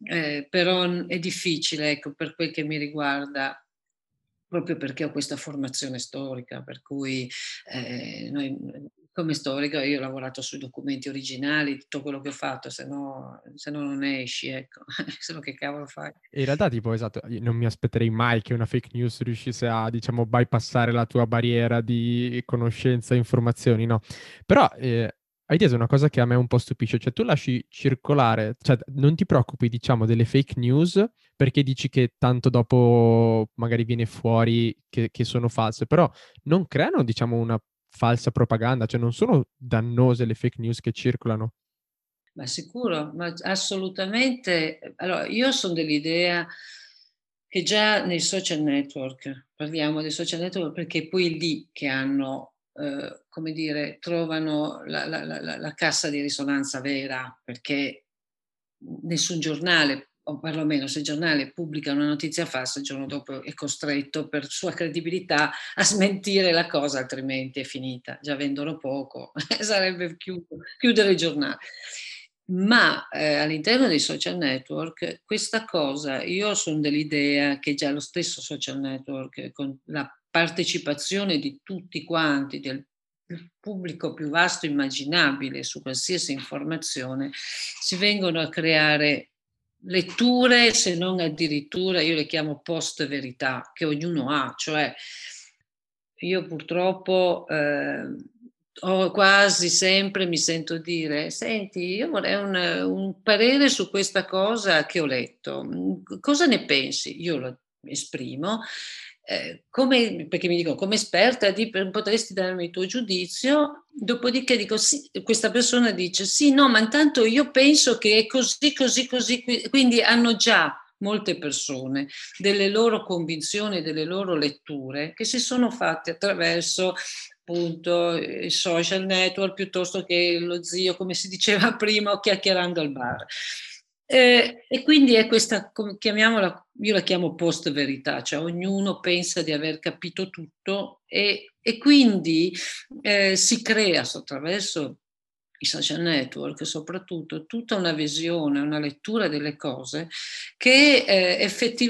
Però è difficile, ecco, per quel che mi riguarda, proprio perché ho questa formazione storica, per cui noi, come storica io ho lavorato sui documenti originali, tutto quello che ho fatto, se no non esci, ecco, se no che cavolo fai? In realtà tipo esatto, io non mi aspetterei mai che una fake news riuscisse a, diciamo, bypassare la tua barriera di conoscenza e informazioni, no. Però, hai detto una cosa che a me un po' stupisce, cioè tu lasci circolare, cioè non ti preoccupi, diciamo, delle fake news perché dici che tanto dopo magari viene fuori che sono false, però non creano, diciamo, una falsa propaganda, cioè non sono dannose le fake news che circolano. Ma sicuro, ma assolutamente. Allora, io son dell'idea che già nei social network, parliamo dei social network perché è poi lì che hanno, come dire, trovano la cassa di risonanza vera, perché nessun giornale, o perlomeno se il giornale pubblica una notizia falsa, il giorno dopo è costretto per sua credibilità a smentire la cosa, altrimenti è finita. Già vendono poco, sarebbe chiudere il giornale. Ma all'interno dei social network questa cosa, io sono dell'idea che già lo stesso social network, con la partecipazione di tutti quanti, del pubblico più vasto immaginabile su qualsiasi informazione, si vengono a creare letture, se non addirittura, io le chiamo post verità, che ognuno ha, cioè io purtroppo quasi sempre mi sento dire: "Senti, io vorrei un parere su questa cosa che ho letto. Cosa ne pensi?" Io lo esprimo, come perché mi dicono: "Come esperta potresti darmi il tuo giudizio?" Dopodiché dico: "Sì", questa persona dice: "Sì, no, ma intanto io penso che è così, così, così", quindi hanno già molte persone delle loro convinzioni, delle loro letture che si sono fatte attraverso appunto i social network piuttosto che lo zio, come si diceva prima, o chiacchierando al bar. E quindi è questa, chiamiamola, io la chiamo post verità, cioè ognuno pensa di aver capito tutto e quindi si crea attraverso i social network soprattutto tutta una visione, una lettura delle cose che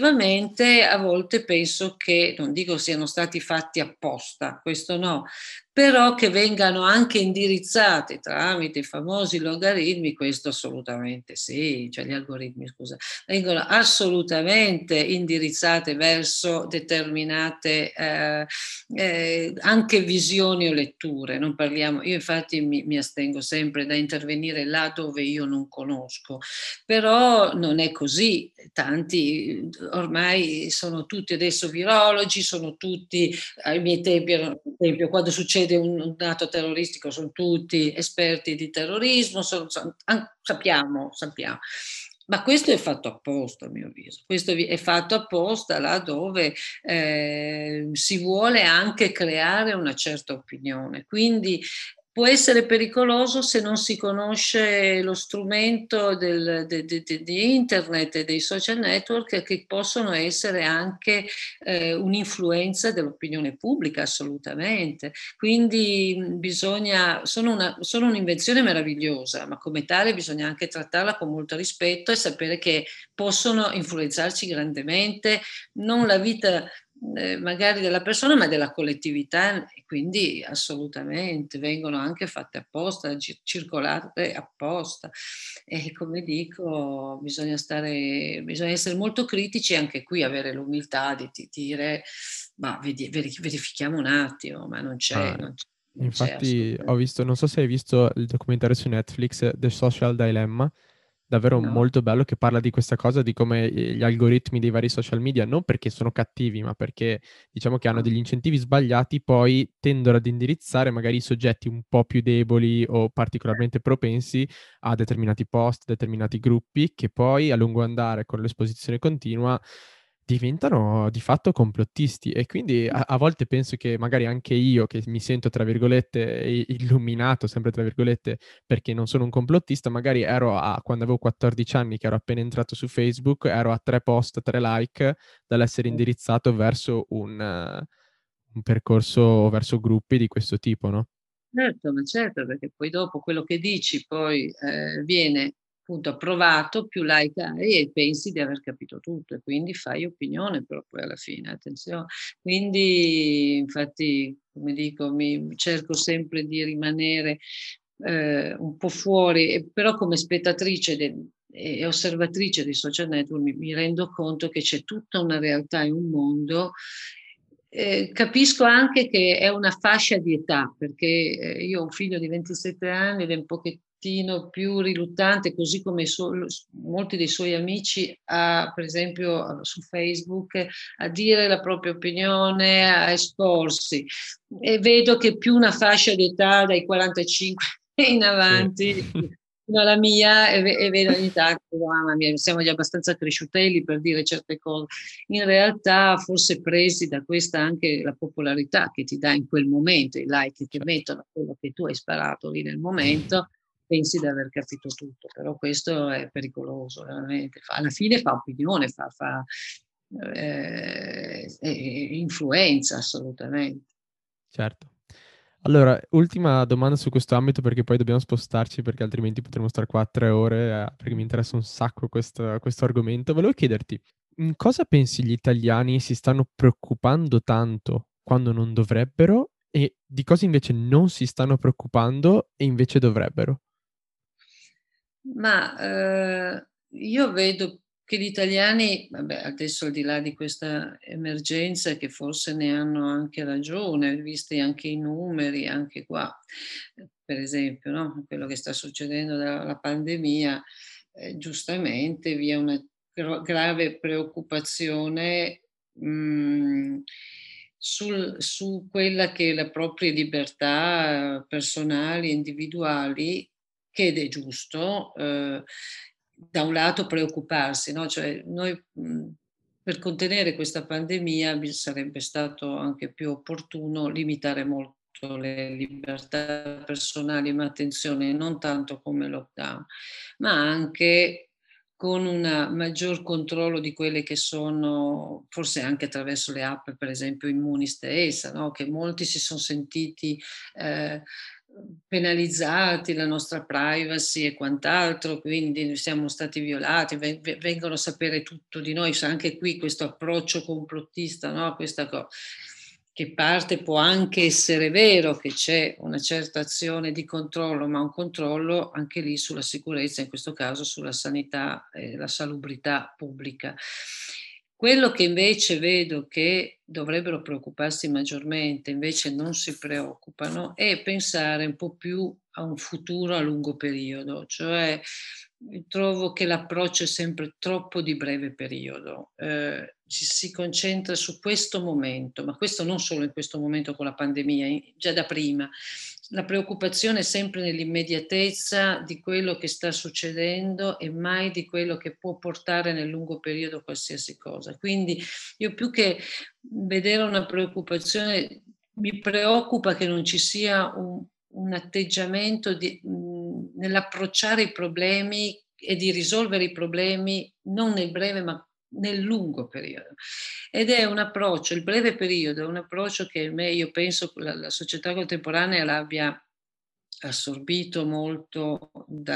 effettivamente a volte penso che, non dico siano stati fatti apposta, questo no, però che vengano anche indirizzate tramite i famosi logaritmi, questo assolutamente sì, cioè gli algoritmi, scusa, vengono assolutamente indirizzate verso determinate anche visioni o letture. Non parliamo, io infatti mi astengo sempre da intervenire là dove io non conosco, però non è così. Tanti ormai sono tutti adesso virologi, sono tutti, ai miei tempi, per esempio, quando succede un dato terroristico, sono tutti esperti di terrorismo, sappiamo. Ma questo è fatto apposta, a mio avviso. Questo è fatto apposta là dove si vuole anche creare una certa opinione. Quindi può essere pericoloso se non si conosce lo strumento di internet e dei social network, che possono essere anche un'influenza dell'opinione pubblica, assolutamente. Quindi sono un'invenzione meravigliosa, ma come tale bisogna anche trattarla con molto rispetto e sapere che possono influenzarci grandemente, non la vita magari della persona, ma della collettività, e quindi assolutamente vengono anche fatte apposta, circolate apposta. E come dico, bisogna essere molto critici e anche qui avere l'umiltà di dire, ma verifichiamo un attimo, ma non c'è, Ah, non c'è infatti ho assolutamente. visto, non so se hai visto il documentario su Netflix, The Social Dilemma, davvero No. molto bello, che parla di questa cosa, di come gli algoritmi dei vari social media, non perché sono cattivi, ma perché diciamo che hanno degli incentivi sbagliati, poi tendono ad indirizzare magari i soggetti un po' più deboli o particolarmente propensi a determinati post, determinati gruppi, che poi a lungo andare con l'esposizione continua diventano di fatto complottisti. E quindi a volte penso che magari anche io, che mi sento tra virgolette "illuminato", sempre tra virgolette, perché non sono un complottista, magari ero a quando avevo 14 anni, che ero appena entrato su Facebook, ero a 3 post, 3 like dall'essere indirizzato verso un percorso verso gruppi di questo tipo, no? Certo, ma certo, perché poi dopo quello che dici poi, viene appunto approvato, più like hai e pensi di aver capito tutto e quindi fai opinione però poi alla fine, Quindi infatti, come dico, mi cerco sempre di rimanere, un po' fuori, però come spettatrice e osservatrice dei social network mi rendo conto che c'è tutta una realtà e un mondo. Capisco anche che è una fascia di età, perché io ho un figlio di 27 anni ed è un pochettino più riluttante, così come molti dei suoi amici, per esempio su Facebook, a dire la propria opinione, a esporsi. E vedo che più una fascia di età dai 45 in Sì. avanti, fino alla mia, e vedo ogni tanto, mamma mia, siamo già abbastanza cresciutelli per dire certe cose. In realtà forse presi da questa anche la popolarità che ti dà in quel momento, i like che ti Certo. mettono a quello che tu hai sparato lì nel momento, pensi di aver capito tutto, però questo è pericoloso veramente. Alla fine fa opinione, influenza assolutamente. Certo. Allora, ultima domanda su questo ambito perché poi dobbiamo spostarci perché altrimenti potremmo star qua 3 ore, perché mi interessa un sacco questo argomento. Volevo chiederti, cosa pensi gli italiani si stanno preoccupando tanto quando non dovrebbero e di cosa invece non si stanno preoccupando e invece dovrebbero? Ma, io vedo che gli italiani, vabbè, adesso al di là di questa emergenza, che forse ne hanno anche ragione, visti anche i numeri, anche qua, per esempio, no, quello che sta succedendo dalla pandemia, giustamente vi è una grave preoccupazione, su quella che è la proprie libertà personali, individuali, che ed è giusto, da un lato preoccuparsi, no, cioè noi, per contenere questa pandemia sarebbe stato anche più opportuno limitare molto le libertà personali, ma attenzione, non tanto come lockdown, ma anche con un maggior controllo di quelle che sono, forse anche attraverso le app, per esempio Immuni stessa, no, che molti si son sentiti, ehm penalizzati, la nostra privacy e quant'altro, quindi siamo stati violati, vengono a sapere tutto di noi, anche qui questo approccio complottista, no, questa che parte può anche essere vero che c'è una certa azione di controllo, ma un controllo anche lì sulla sicurezza, in questo caso sulla sanità e la salubrità pubblica. Quello che invece vedo che dovrebbero preoccuparsi maggiormente, invece non si preoccupano, è pensare un po' più a un futuro a lungo periodo, cioè trovo che l'approccio è sempre troppo di breve periodo, ci si concentra su questo momento, ma questo non solo in questo momento con la pandemia, già da prima. La preoccupazione è sempre nell'immediatezza di quello che sta succedendo e mai di quello che può portare nel lungo periodo qualsiasi cosa. Quindi io più che vedere una preoccupazione, mi preoccupa che non ci sia un atteggiamento nell'approcciare i problemi e di risolvere i problemi non nel breve ma nel lungo periodo. Ed è un approccio, il breve periodo è un approccio che io penso la società contemporanea l'abbia assorbito molto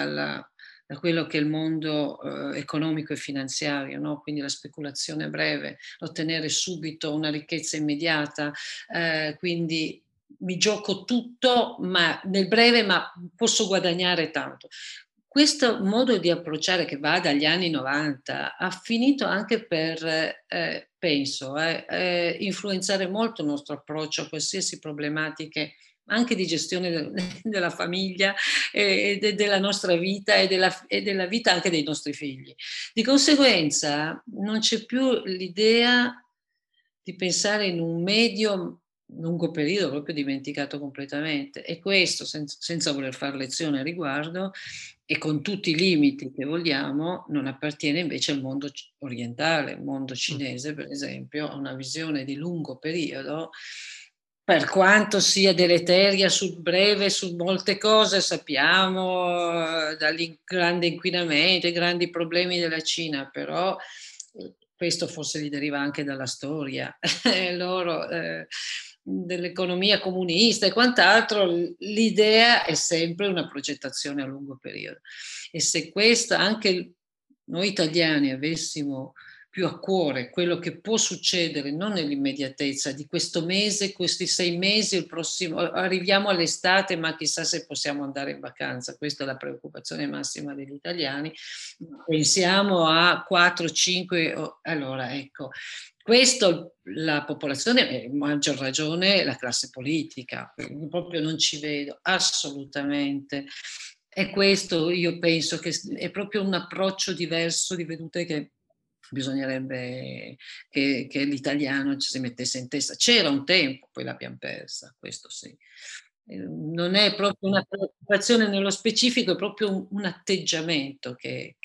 da quello che è il mondo economico e finanziario, no? Quindi la speculazione breve, ottenere subito una ricchezza immediata, quindi mi gioco tutto ma nel breve, ma posso guadagnare tanto. Questo modo di approcciare che va dagli anni '90 ha finito anche per, penso, influenzare molto il nostro approccio a qualsiasi problematiche anche di gestione della famiglia e della nostra vita e della vita anche dei nostri figli. Di conseguenza non c'è più l'idea di pensare in un medio lungo periodo, proprio dimenticato completamente, e questo senza voler fare lezione a riguardo e con tutti i limiti che vogliamo, non appartiene invece al mondo orientale. Il mondo Mh. cinese, per esempio, ha una visione di lungo periodo, per quanto sia deleteria sul breve, su molte cose, sappiamo, dal grande inquinamento, i grandi problemi della Cina, però questo forse gli deriva anche dalla storia loro, dell'economia comunista e quant'altro. L'idea è sempre una progettazione a lungo periodo. E se questa anche noi italiani avessimo più a cuore quello che può succedere, non nell'immediatezza di questo mese, questi 6 mesi, il prossimo, arriviamo all'estate, ma chissà se possiamo andare in vacanza. Questa è la preoccupazione massima degli italiani. Pensiamo a 4, 5, allora ecco, questo la popolazione e a maggior ragione la classe politica, proprio non ci vedo assolutamente. E questo io penso che è proprio un approccio diverso di vedute che bisognerebbe che l'italiano ci si mettesse in testa. C'era un tempo, poi l'abbiamo persa, questo sì. Non è proprio una preoccupazione nello specifico, è proprio un atteggiamento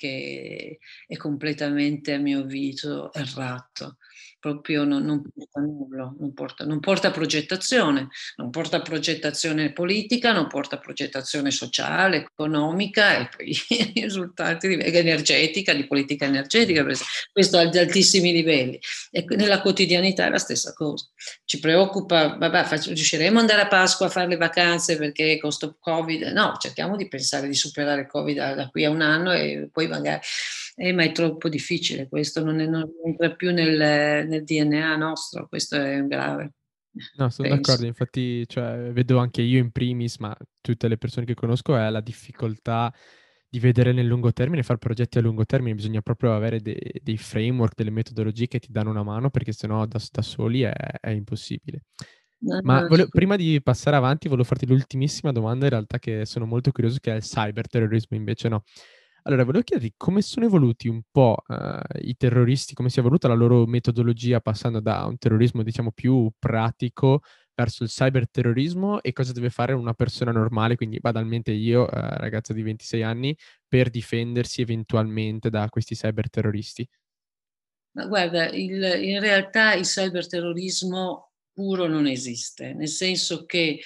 che è completamente, a mio avviso, errato. Proprio non porta a nulla, non porta progettazione, non porta progettazione politica, non porta progettazione sociale, economica e poi i risultati energetica, di politica energetica, per esempio. Questo ad altissimi livelli. E nella quotidianità è la stessa cosa. Ci preoccupa, vabbè, riusciremo ad andare a Pasqua a fare le vacanze perché con sto Covid? No, cerchiamo di pensare di superare il Covid da qui a un anno e poi magari, ma è troppo difficile, questo non entra più nel DNA nostro, questo è grave, No, son penso. d'accordo, infatti, cioè, vedo anche io in primis, ma tutte le persone che conosco, è la difficoltà di vedere nel lungo termine, far progetti a lungo termine. Bisogna proprio avere dei framework, delle metodologie che ti danno una mano, perché se no da soli è impossibile. No, Ma no, prima di passare avanti, volevo farti l'ultimissima domanda in realtà che sono molto curioso, che è il cyberterrorismo invece, no. Allora volevo chiederti come sono evoluti un po', i terroristi, come si è evoluta la loro metodologia passando da un terrorismo diciamo più pratico verso il cyberterrorismo e cosa deve fare una persona normale, quindi banalmente io, ragazzo di 26 anni, per difendersi eventualmente da questi cyberterroristi. ma guarda, in realtà il cyberterrorismo puro non esiste, nel senso che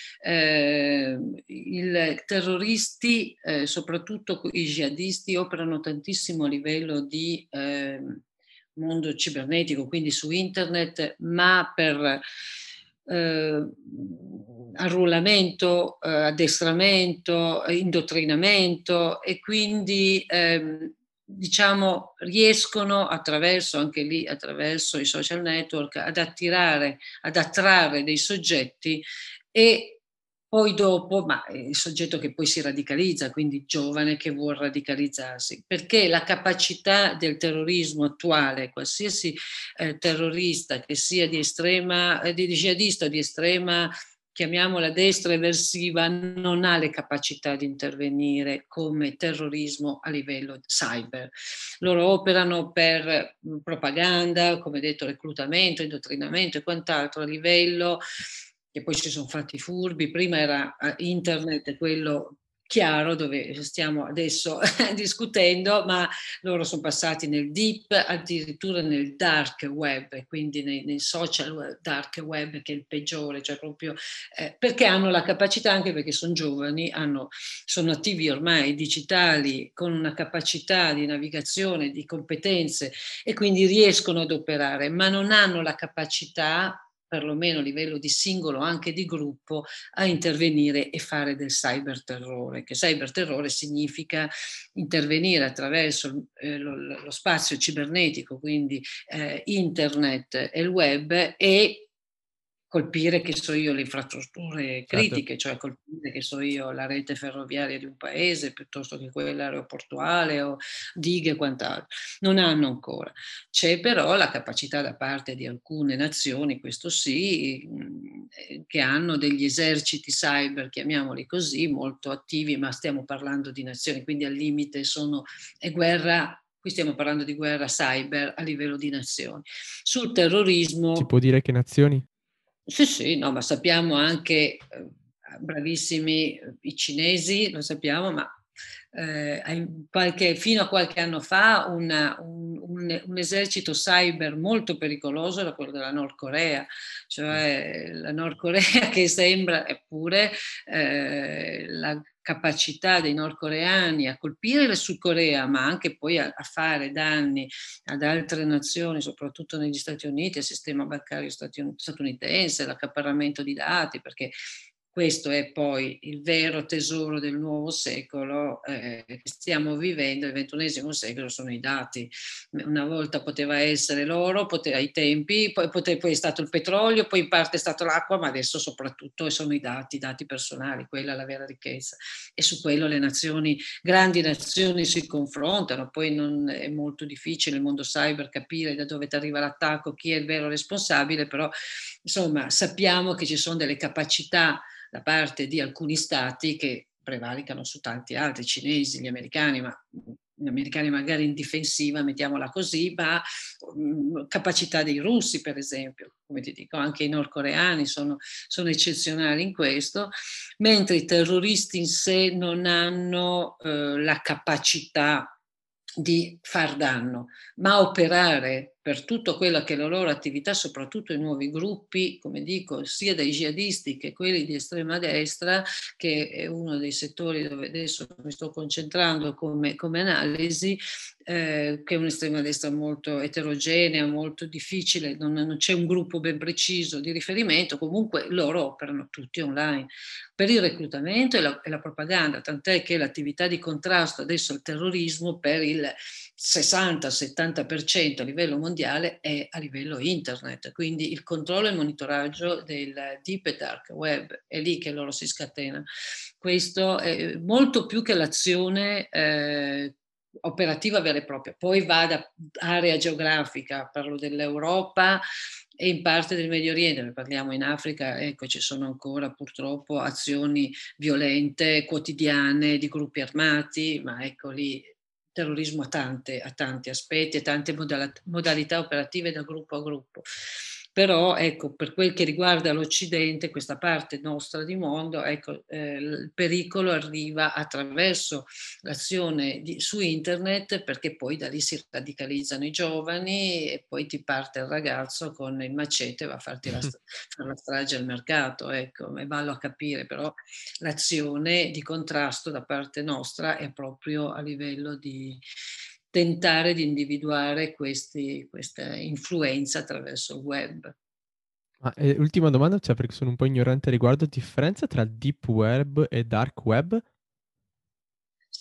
i terroristi, soprattutto i jihadisti, operano tantissimo a livello di mondo cibernetico, quindi su internet, ma per arruolamento, addestramento, indottrinamento e quindi diciamo, riescono attraverso, anche lì, attraverso i social network, ad attrarre dei soggetti e poi dopo, ma il soggetto che poi si radicalizza, quindi giovane che vuol radicalizzarsi, perché la capacità del terrorismo attuale, qualsiasi terrorista che sia di estrema, di jihadista o di estrema, chiamiamola destra eversiva, non ha le capacità di intervenire come terrorismo a livello cyber. Loro operano per propaganda, come detto, reclutamento, indottrinamento e quant'altro a livello, che poi si sono fatti furbi. Prima era internet quello chiaro dove stiamo adesso discutendo, ma loro sono passati nel deep, addirittura nel dark web, quindi nei social dark web, che è il peggiore, cioè proprio perché hanno la capacità, anche perché sono giovani, sono attivi ormai, digitali, con una capacità di navigazione, di competenze, e quindi riescono ad operare, ma non hanno la capacità, perlomeno a livello di singolo, anche di gruppo, a intervenire e fare del cyberterrore, che cyberterrore significa intervenire attraverso lo spazio cibernetico, quindi internet e il web, e colpire, che so io, le infrastrutture Certo. critiche, cioè colpire, che so io, la rete ferroviaria di un paese piuttosto che quella aeroportuale o dighe e quant'altro. Non hanno ancora. C'è però la capacità da parte di alcune nazioni, questo sì, che hanno degli eserciti cyber, chiamiamoli così, molto attivi, ma stiamo parlando di nazioni, quindi al limite è guerra. Qui stiamo parlando di guerra cyber a livello di nazioni. Sul Si terrorismo, può dire che nazioni? sì, sì, no, ma sappiamo anche, bravissimi i cinesi, lo sappiamo, ma fino a qualche anno fa un esercito cyber molto pericoloso era quello della Nord Corea, cioè la Nord Corea che sembra, eppure la capacità dei nordcoreani a colpire il Sud Corea, ma anche poi a fare danni ad altre nazioni, soprattutto negli Stati Uniti, il sistema bancario statunitense, l'accaparramento di dati, perché questo è poi il vero tesoro del nuovo secolo che stiamo vivendo, il XXI secolo sono i dati. Una volta poteva essere l'oro, ai tempi, poi è stato il petrolio, poi in parte è stato l'acqua, ma adesso soprattutto sono i dati personali, quella è la vera ricchezza. E su quello le nazioni, grandi nazioni, si confrontano. Poi non è molto difficile il mondo cyber capire da dove ti arriva l'attacco, chi è il vero responsabile, però insomma sappiamo che ci sono delle capacità da parte di alcuni stati che prevaricano su tanti altri, i cinesi, gli americani magari in difensiva, mettiamola così, ma capacità dei russi, per esempio, come ti dico, anche i nordcoreani sono eccezionali in questo, mentre i terroristi in sé non hanno la capacità di far danno, ma operare per tutto quella che è la loro attività, soprattutto i nuovi gruppi, come dico, sia dai jihadisti che quelli di estrema destra, che è uno dei settori dove adesso mi sto concentrando come analisi, che è un'estrema destra molto eterogenea, molto difficile, non c'è un gruppo ben preciso di riferimento, comunque loro operano tutti online per il reclutamento e la propaganda, tant'è che l'attività di contrasto adesso al terrorismo per il 60-70% a livello mondiale è a livello internet, quindi il controllo e il monitoraggio del deep e dark web, è lì che loro si scatena. Questo è molto più che l'azione operativa vera e propria. Poi va da area geografica, parlo dell'Europa e in parte del Medio Oriente, ne parliamo in Africa, ecco, ci sono ancora purtroppo azioni violente quotidiane di gruppi armati, ma ecco lì terrorismo a tanti aspetti e tante modalità operative da gruppo a gruppo. Però ecco, per quel che riguarda l'Occidente, questa parte nostra di mondo, ecco, il pericolo arriva attraverso l'azione su internet, perché poi da lì si radicalizzano i giovani e poi ti parte il ragazzo con il macete e va a fare la strage al mercato, ecco, e vallo a capire, però l'azione di contrasto da parte nostra è proprio a livello di tentare di individuare questa influenza attraverso il web. Ma, ultima domanda, cioè perché sono un po' ignorante a riguardo, differenza tra deep web e dark web?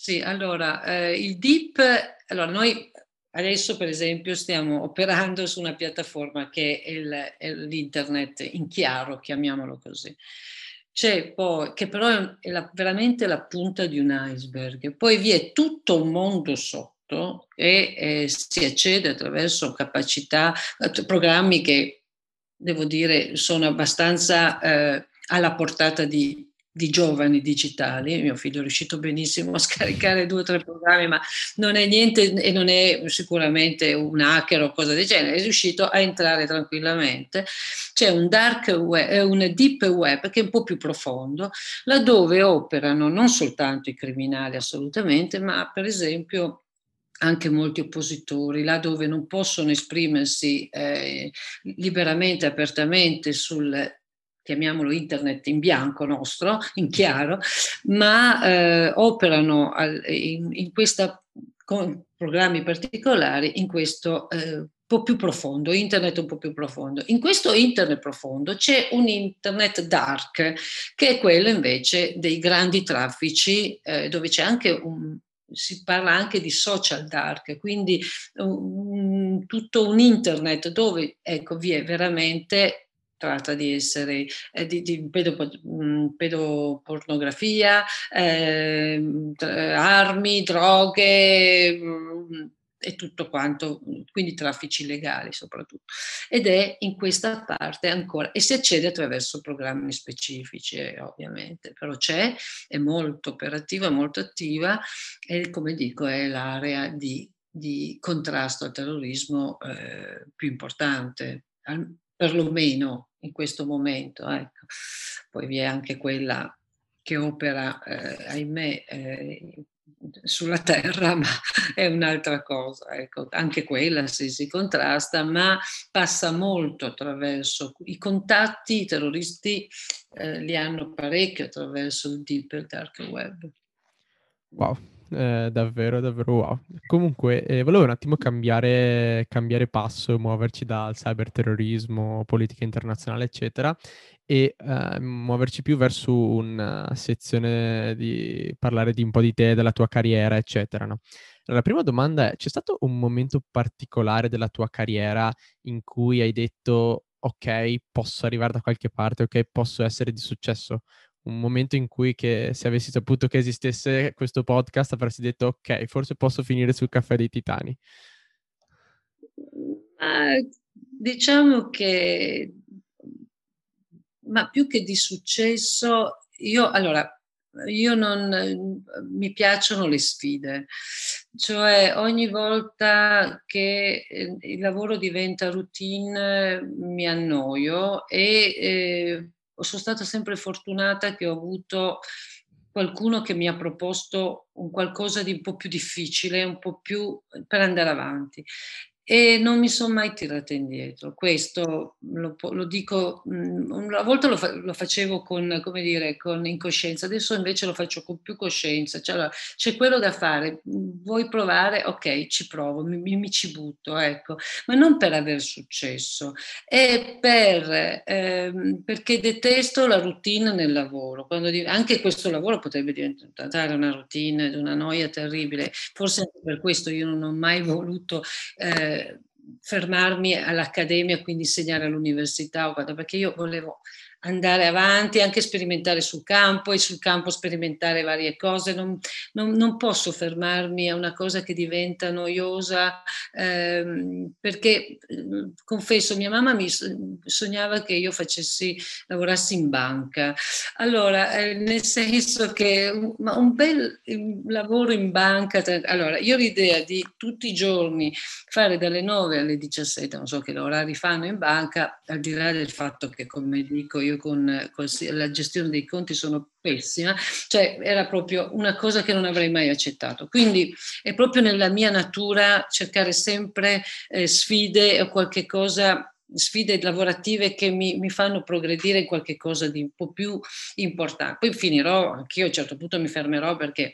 Sì, allora, il DIP, allora noi adesso per esempio stiamo operando su una piattaforma che è l'internet in chiaro, chiamiamolo così. C'è poi, che però veramente la punta di un iceberg, poi vi è tutto un mondo sotto e si accede attraverso capacità, programmi che devo dire sono abbastanza alla portata di giovani digitali. Mio figlio è riuscito benissimo a scaricare 2 o 3 programmi, ma non è niente e non è sicuramente un hacker o cosa del genere, è riuscito a entrare tranquillamente. C'è un dark web, un deep web che è un po' più profondo, laddove operano non soltanto i criminali assolutamente, ma per esempio anche molti oppositori, là dove non possono esprimersi liberamente, apertamente sul, chiamiamolo internet in bianco nostro, in chiaro, ma operano in questa, con programmi particolari in questo po' più profondo, internet un po' più profondo. In questo internet profondo c'è un internet dark, che è quello invece dei grandi traffici, dove c'è anche si parla anche di social dark, quindi tutto un internet dove ecco, vi è veramente tratta di essere di pedopornografia, armi, droghe e tutto quanto, quindi traffici illegali soprattutto. Ed è in questa parte ancora, e si accede attraverso programmi specifici ovviamente, però c'è, è molto operativa, molto attiva e come dico è l'area di contrasto al terrorismo più importante, perlomeno in questo momento. Ecco. Poi vi è anche quella che opera, ahimè, sulla terra, ma è un'altra cosa. Ecco. Anche quella si contrasta, ma passa molto attraverso i contatti, i terroristi li hanno parecchio attraverso il deep e il dark web. Wow, davvero, davvero wow. Comunque, volevo un attimo cambiare passo, muoverci dal cyberterrorismo, politica internazionale, eccetera, e, muoverci più verso una sezione di parlare di un po' di te, della tua carriera, eccetera, no. La prima domanda è: c'è stato un momento particolare della tua carriera in cui hai detto: "Okay, posso arrivare da qualche parte, okay, posso essere di successo"? Un momento in cui che se avessi saputo che esistesse questo podcast avresti detto: "Okay, forse posso finire sul Caffè dei Titani." Ma diciamo che, ma più che di successo, io non mi piacciono le sfide, cioè ogni volta che, il lavoro diventa routine mi annoio e, sono stata sempre fortunata che ho avuto qualcuno che mi ha proposto un qualcosa di un po' più difficile, un po' più per andare avanti. E non mi son mai tirata indietro. Questo lo dico, a volte lo facevo con come dire, con incoscienza, adesso invece lo faccio con più coscienza. Cioè allora, c'è quello da fare, vuoi provare? Okay, ci provo, mi ci butto, ecco. Ma non per aver successo, è perché detesto la routine nel lavoro. Quando anche questo lavoro potrebbe diventare una routine ed una noia terribile. Forse anche per questo io non ho mai voluto fermarmi all'accademia, quindi insegnare all'università o quando, perché io volevo andare avanti, anche sperimentare sul campo e sul campo sperimentare varie cose. Non posso fermarmi a una cosa che diventa noiosa, perché confesso, mia mamma mi sognava che io lavorassi in banca. Allora, nel senso che un bel lavoro in banca, allora io ho l'idea di tutti i giorni fare dalle 9 alle 17, non so che orari fanno in banca, al di là del fatto che, come dico, io con la gestione dei conti sono pessima, cioè era proprio una cosa che non avrei mai accettato. Quindi è proprio nella mia natura cercare sempre sfide o qualche cosa, sfide lavorative che mi fanno progredire in qualche cosa di un po' più importante. Poi finirò, anch'io a un certo punto mi fermerò perché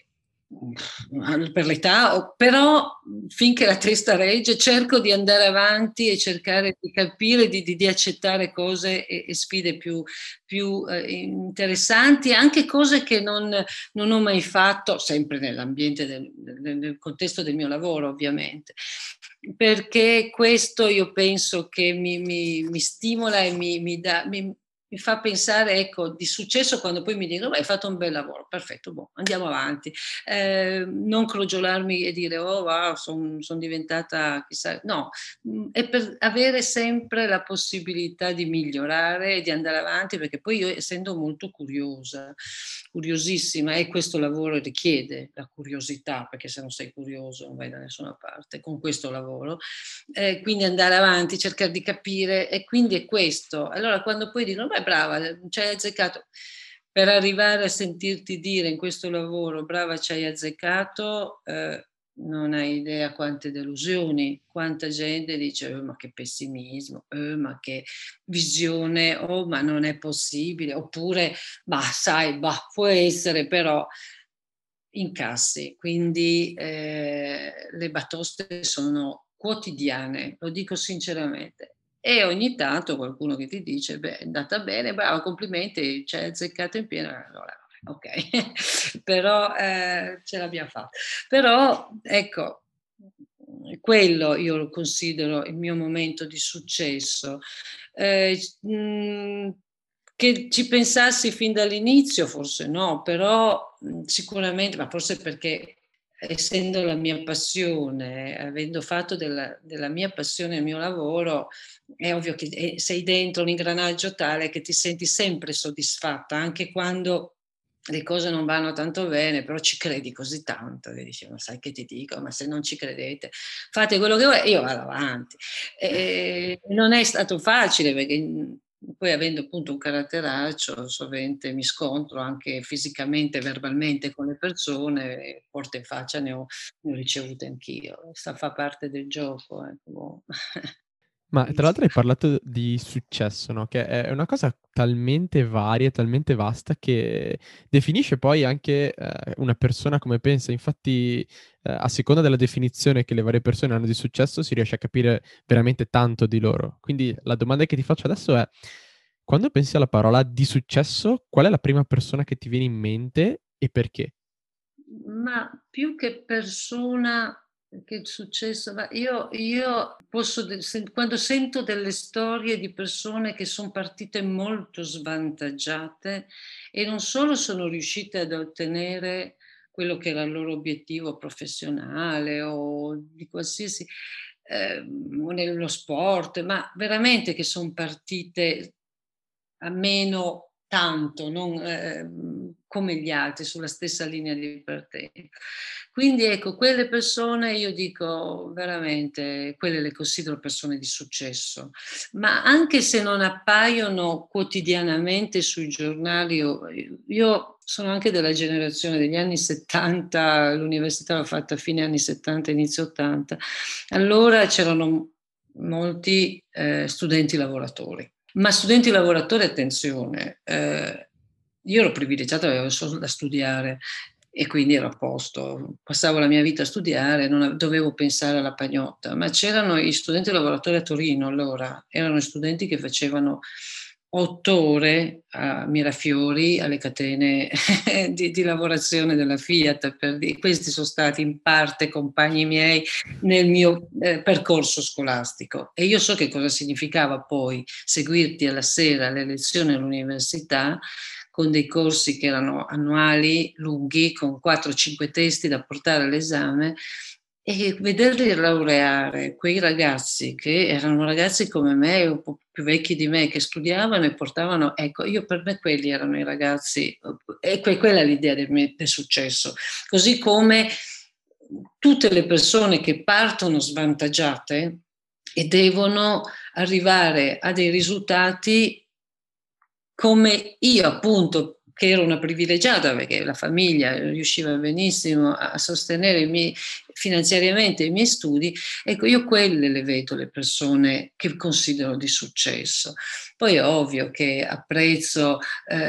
per l'età, però finché la testa regge cerco di andare avanti e cercare di capire, di accettare cose e sfide più interessanti, anche cose che non ho mai fatto, sempre nell'ambiente nel contesto del mio lavoro ovviamente, perché questo io penso che mi stimola e mi fa pensare, ecco, di successo quando poi mi dicono: "Beh, hai fatto un bel lavoro, perfetto, boh, andiamo avanti". Non crogiolarmi e dire: "Oh wow, son diventata chissà", no, è per avere sempre la possibilità di migliorare e di andare avanti, perché poi io, essendo molto curiosa, curiosissima, e questo lavoro richiede la curiosità, perché se non sei curioso non vai da nessuna parte con questo lavoro, quindi andare avanti, cercare di capire, e quindi è questo. Allora quando poi dicono: "Beh brava, c'hai azzeccato", per arrivare a sentirti dire in questo lavoro: "Brava, c'hai azzeccato", non hai idea quante delusioni, quanta gente dice: ma che pessimismo, ma che visione, oh ma non è possibile", oppure: "Mah sai, bah, può essere però", incassi. Quindi, le batoste sono quotidiane, lo dico sinceramente. E ogni tanto qualcuno che ti dice: "Beh, è andata bene, brava, complimenti, ci hai azzeccato in pieno", allora vabbè, okay, però, ce l'abbiam fatta. Però ecco, quello io lo considero il mio momento di successo. Che ci pensassi fin dall'inizio forse no, però, sicuramente, ma forse perché essendo la mia passione, avendo fatto della mia passione il mio lavoro, è ovvio che, sei dentro un ingranaggio tale che ti senti sempre soddisfatta, anche quando le cose non vanno tanto bene, però ci credi così tanto che dici: "Ma sai che ti dico, ma se non ci credete, fate quello che vuoi, io vado avanti". Non è stato facile perché, poi avendo appunto un caratteraccio, sovente mi scontro anche fisicamente, verbalmente con le persone, e porte in faccia ne ho ricevute anch'io. Sta fa parte del gioco, ecco, boh. Ma tra Capisco. l'altro hai parlato di successo, no, che è una cosa talmente varia, talmente vasta che definisce poi anche, una persona come pensa. Infatti, a seconda della definizione che le varie persone hanno di successo, si riesce a capire veramente tanto di loro. Quindi la domanda che ti faccio adesso è: quando pensi alla parola di successo, qual è la prima persona che ti viene in mente e perché? Ma più che persona, che il successo, ma io posso quando sento delle storie di persone che son partite molto svantaggiate e non solo sono riuscite ad ottenere quello che era il loro obiettivo professionale o di qualsiasi, o nello sport, ma veramente che son partite a meno tanto, non, come gli altri, sulla stessa linea di partenza. Quindi ecco, quelle persone io dico veramente, quelle le considero persone di successo, ma anche se non appaiono quotidianamente sui giornali, io sono anche della generazione degli anni '70, l'università l'ho fatta a fine anni '70, inizio '80, allora c'erano molti, studenti lavoratori. Ma studenti lavoratori, attenzione, io ero privilegiata, avevo solo da studiare e quindi ero a posto. Passavo la mia vita a studiare, non dovevo pensare alla pagnotta, ma c'erano gli studenti lavoratori a Torino allora, erano studenti che facevano 8 ore a Mirafiori alle catene di lavorazione della Fiat, questi sono stati in parte compagni miei nel mio, percorso scolastico, e io so che cosa significava poi seguirti alla sera le lezioni all'università con dei corsi che erano annuali, lunghi, con 4, 5 testi da portare all'esame, e vederli laureare, quei ragazzi che erano ragazzi come me, un po' più vecchi di me, che studiavano e portavano, ecco, io, per me quelli erano i ragazzi, e quella è l'idea del successo. Così come tutte le persone che partono svantaggiate e devono arrivare a dei risultati come io, appunto, che ero una privilegiata perché la famiglia riusciva benissimo a sostenere i miei finanziariamente i miei studi, ecco, io quelle le vedo le persone che considero di successo. Poi è ovvio che apprezzo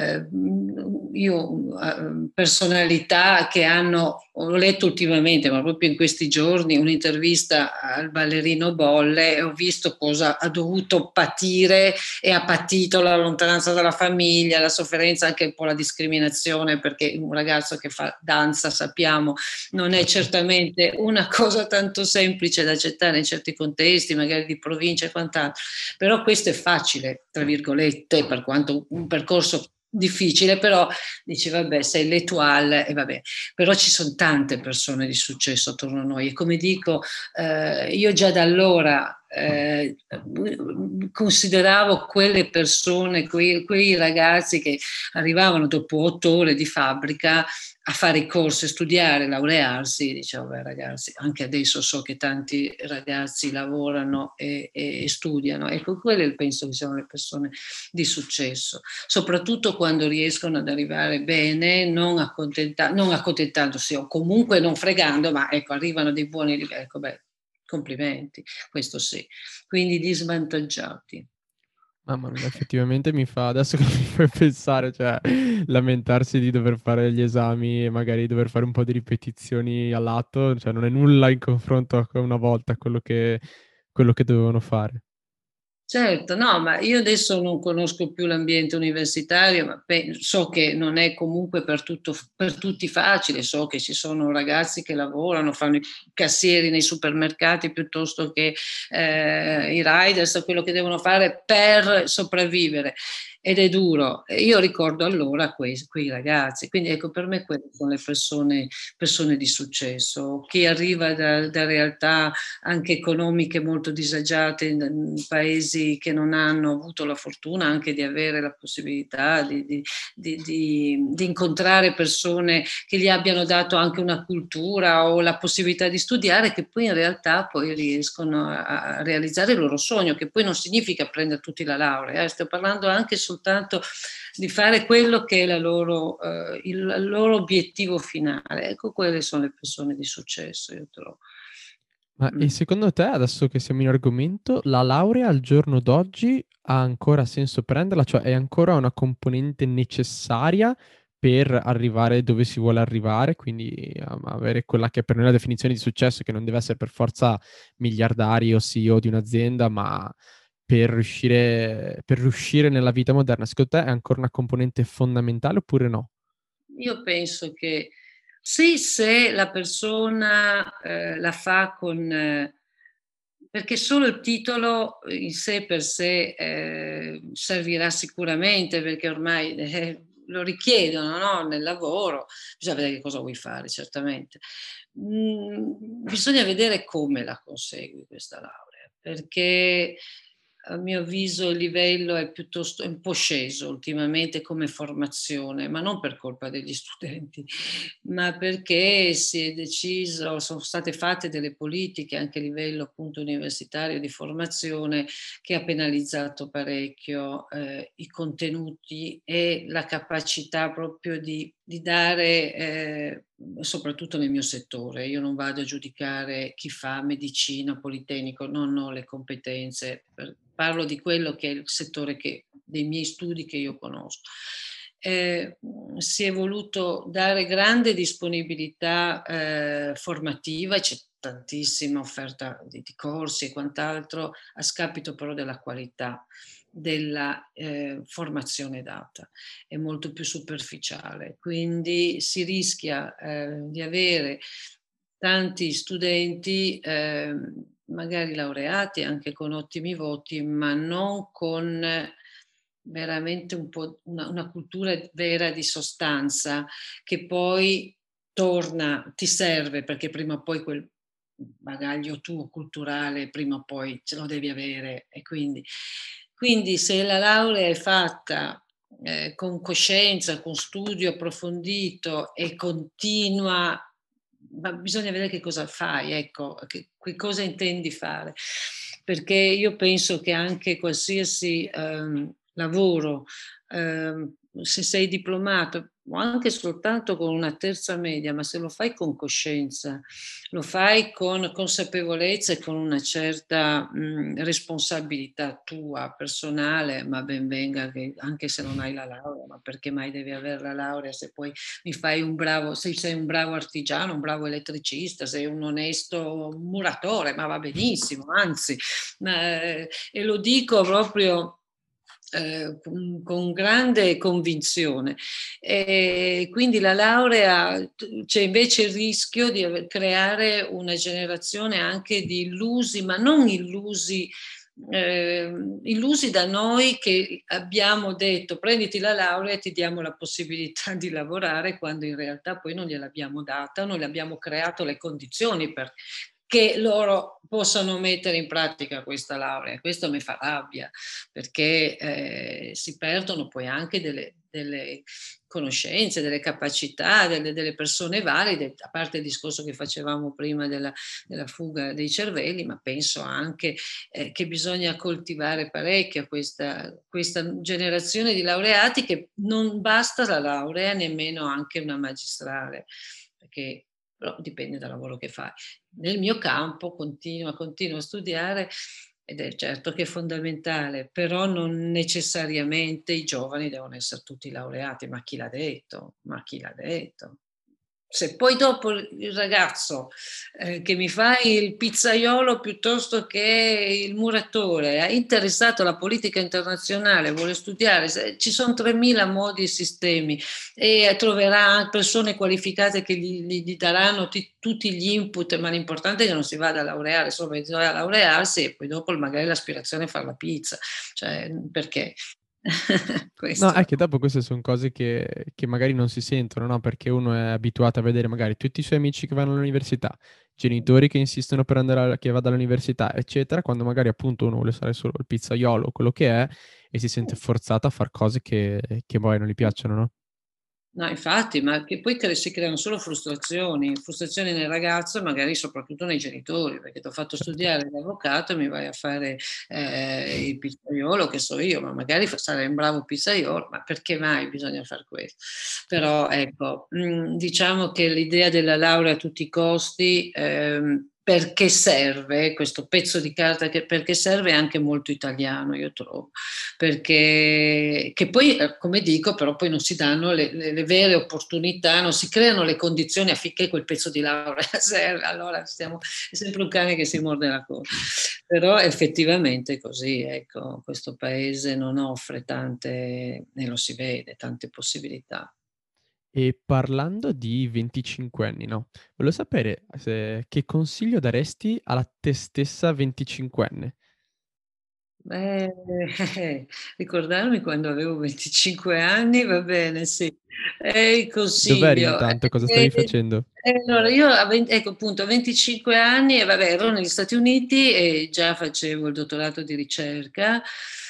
personalità che hanno, ho letto ultimamente, ma proprio in questi giorni, un'intervista al ballerino Bolle e ho visto cosa ha dovuto patire e ha patito la lontananza dalla famiglia, la sofferenza, anche un po' la discriminazione, perché un ragazzo che fa danza, sappiamo, non è certamente una cosa tanto semplice da accettare in certi contesti, magari di provincia e quant'altro, però questo è facile, tra virgolette, per quanto un percorso difficile, però dici vabbè, sei l'etoile e vabbè, però ci sono tante persone di successo attorno a noi e come dico, io già da allora consideravo quelle persone, quei ragazzi che arrivavano dopo 8 ore di fabbrica a fare i corsi, a studiare, laurearsi, dicevo, beh ragazzi, anche adesso so che tanti ragazzi lavorano e studiano, ecco, quelle penso che siano le persone di successo, soprattutto quando riescono ad arrivare bene, non accontentandosi o comunque non fregando, ma ecco, arrivano a dei buoni livelli, ecco, beh, complimenti, questo sì. Quindi gli svantaggiati. Mamma mia, effettivamente mi fa adesso che mi fai pensare, cioè lamentarsi di dover fare gli esami e magari dover fare un po' di ripetizioni a lato, cioè non è nulla in confronto a una volta quello che dovevano fare. Certo, no, ma io adesso non conosco più l'ambiente universitario, ma so che non è comunque per tutti facile, so che ci sono ragazzi che lavorano, fanno i cassieri nei supermercati piuttosto che i riders o quello che devono fare per sopravvivere ed è duro. E io ricordo allora quei ragazzi, quindi ecco per me quelle sono le persone di successo, chi arriva da realtà anche economiche molto disagiate in paesi che non hanno avuto la fortuna anche di avere la possibilità di incontrare persone che gli abbiano dato anche una cultura o la possibilità di studiare, che poi in realtà poi riescono a realizzare il loro sogno, che poi non significa prendere tutti la laurea, sto parlando anche soltanto di fare quello che è il loro obiettivo finale. Ecco, quelle sono le persone di successo, io trovo. Ma e Mm. secondo te, adesso che siamo in argomento, la laurea al giorno d'oggi ha ancora senso prenderla? Cioè è ancora una componente necessaria per arrivare dove si vuole arrivare, quindi avere quella che è per noi la definizione di successo, che non deve essere per forza miliardari o CEO di un'azienda, ma per riuscire nella vita moderna. Secondo te è ancora una componente fondamentale oppure no? Io penso che sì, se la persona la fa perché solo il titolo in sé per sé servirà sicuramente perché ormai lo richiedono, no? Nel lavoro, bisogna vedere che cosa vuoi fare, certamente. Bisogna vedere come la consegui questa laurea, perché a mio avviso il livello è piuttosto è un po' sceso ultimamente come formazione, ma non per colpa degli studenti, ma perché si è deciso, sono state fatte delle politiche anche a livello appunto universitario di formazione che ha penalizzato parecchio i contenuti e la capacità proprio di dare, soprattutto nel mio settore, io non vado a giudicare chi fa medicina, politecnico, non ho le competenze, parlo di quello che è il settore dei miei studi che io conosco. Si è voluto dare grande disponibilità formativa e c'è tantissima offerta di corsi e quant'altro, a scapito però della qualità della formazione data, è molto più superficiale, quindi si rischia di avere tanti studenti magari laureati anche con ottimi voti, ma non con veramente un po' una cultura vera di sostanza che poi torna, ti serve perché prima o poi quel bagaglio tuo culturale prima o poi ce lo devi avere e quindi se la laurea è fatta con coscienza, con studio approfondito e continua, ma bisogna vedere che cosa fai, ecco, che cosa intendi fare, perché io penso che anche qualsiasi lavoro se sei diplomato o anche soltanto con una terza media, ma se lo fai con coscienza, lo fai con consapevolezza e con una certa, responsabilità tua personale, ma ben venga che anche se non hai la laurea, ma perché mai devi aver la laurea se poi se sei un bravo artigiano, un bravo elettricista, sei un onesto muratore, ma va benissimo, anzi, e lo dico proprio con grande convinzione. Quindi la laurea, c'è invece il rischio di creare una generazione anche di illusi, ma non illusi. Illusi da noi che abbiamo detto prenditi la laurea e ti diamo la possibilità di lavorare quando in realtà poi non gliel'abbiamo data, noi le abbiamo creato le condizioni per che loro possano mettere in pratica questa laurea. Questo mi fa rabbia perché si perdono poi anche delle conoscenze, delle capacità, delle persone valide, a parte il discorso che facevamo prima della fuga dei cervelli, ma penso anche che bisogna coltivare parecchio questa generazione di laureati che non basta la laurea, nemmeno anche una magistrale, perché però dipende dal lavoro che fai. Nel mio campo continuo a studiare ed è certo che è fondamentale, però non necessariamente i giovani devono essere tutti laureati, ma chi l'ha detto? Ma chi l'ha detto? Se poi dopo il ragazzo che mi fa il pizzaiolo piuttosto che il muratore è interessato alla politica internazionale, vuole studiare, ci sono 3000 modi e sistemi e troverà persone qualificate che gli daranno tutti gli input, ma l'importante è che non si vada a laureare, solo bisogna laurearsi e poi dopo magari l'aspirazione è fare la pizza, cioè perché? No, è Questo. che dopo queste son cose che magari non si sentono, no, perché uno è abituato a vedere magari tutti i suoi amici che vanno all'università, genitori che insistono per andare che vada all'università, eccetera, quando magari appunto uno vuole fare solo il pizzaiolo o quello che è e si sente forzato a far cose che poi non gli piacciono, no? No, infatti, ma che poi si creano solo frustrazioni nel ragazzo e magari soprattutto nei genitori, perché t'ho fatto Certo. studiare l'avvocato e mi vai a fare, il pizzaiolo, che so io, ma magari sarai un bravo pizzaiolo, ma perché mai bisogna far questo? Però ecco, diciamo che l'idea della laurea a tutti i costi, perché serve questo pezzo di carta perché serve è anche molto italiano, io trovo perché che poi, come dico, però poi non si danno le vere opportunità, non si creano le condizioni affinché quel pezzo di laurea serve, allora è sempre un cane che si morde la coda. Però effettivamente è così, ecco, questo paese non offre tante, e lo si vede, tante possibilità. E parlando di 25 anni, no, volevo sapere se che consiglio daresti alla te stessa 25enne? Eh, ricordarmi quando avevo 25 anni, va bene, sì. Il Dov'eri consiglio, intanto? Cosa stavi facendo? allora io ecco appunto a 25 anni e vabbè ero negli Stati Uniti e già facevo il dottorato di ricerca,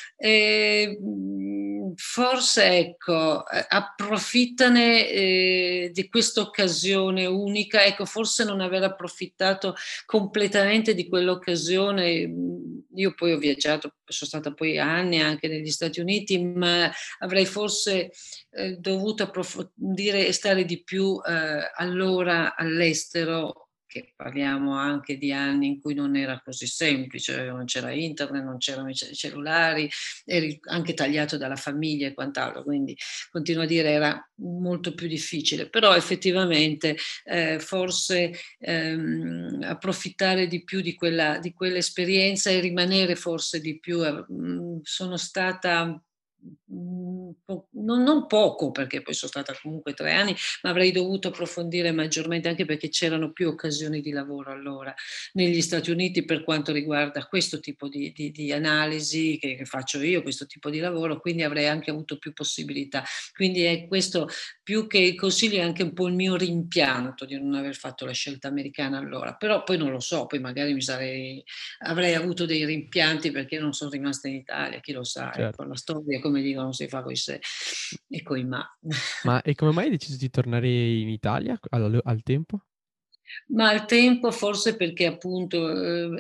forse ecco, approfittane, di quest'occasione unica, ecco forse non aver approfittato completamente di quell'occasione. Io poi ho viaggiato, sono stata poi anni anche negli Stati Uniti, ma avrei forse dovuto approfondire e stare di più allora all'estero, che parliamo anche di anni in cui non era così semplice, non c'era internet, non c'erano i cellulari, eri anche tagliato dalla famiglia e quant'altro, quindi continuo a dire era molto più difficile, però effettivamente forse approfittare di più di quell'esperienza e rimanere forse di più. Sono stata non poco, perché poi sono stata comunque 3 anni, ma avrei dovuto approfondire maggiormente, anche perché c'erano più occasioni di lavoro allora negli Stati Uniti per quanto riguarda questo tipo di analisi che faccio io, questo tipo di lavoro, quindi avrei anche avuto più possibilità. Quindi è questo più che il consiglio è anche un po' il mio rimpianto di non aver fatto la scelta americana allora, però poi non lo so, poi magari avrei avuto dei rimpianti perché non sono rimasta in Italia, chi lo sa, ecco, Certo. la storia come dicono si fa coi se e coi ma. Ma e come mai hai deciso di tornare in Italia al tempo? Ma al tempo forse perché appunto,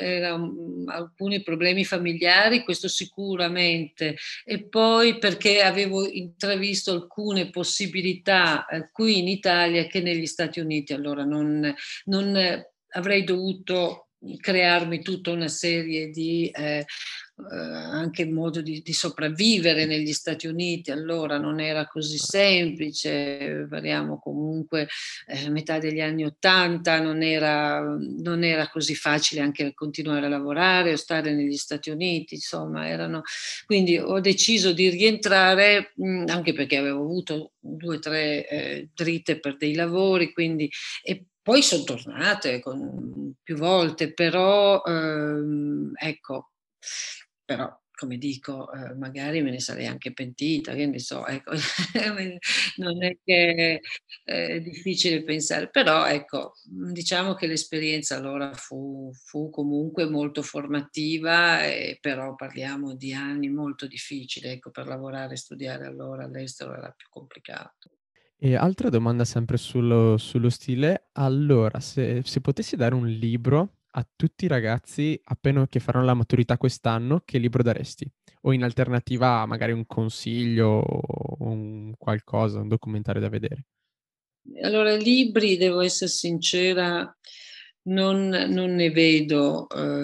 alcuni problemi familiari, questo sicuramente, e poi perché avevo intravisto alcune possibilità, qui in Italia che negli Stati Uniti. Allora non avrei dovuto crearmi tutta una serie di anche modo di sopravvivere negli Stati Uniti, allora non era così semplice, parliamo comunque metà degli anni '80, non era così facile anche continuare a lavorare o stare negli Stati Uniti, insomma quindi ho deciso di rientrare, anche perché avevo avuto 2 o 3 dritte per dei lavori, quindi e poi son tornate più volte, però ecco, però come dico, magari me ne sarei anche pentita, che ne so, ecco. Non è che è difficile pensare, però ecco, diciamo che l'esperienza allora fu comunque molto formativa, però parliamo di anni molto difficili, ecco, per lavorare e studiare allora all'estero era più complicato. E altra domanda sempre sullo stile, allora se potessi dare un libro a tutti i ragazzi appena che faranno la maturità quest'anno, che libro daresti? O in alternativa magari un consiglio o un qualcosa, un documentario da vedere. Allora, libri, devo esser sincera, non ne vedo,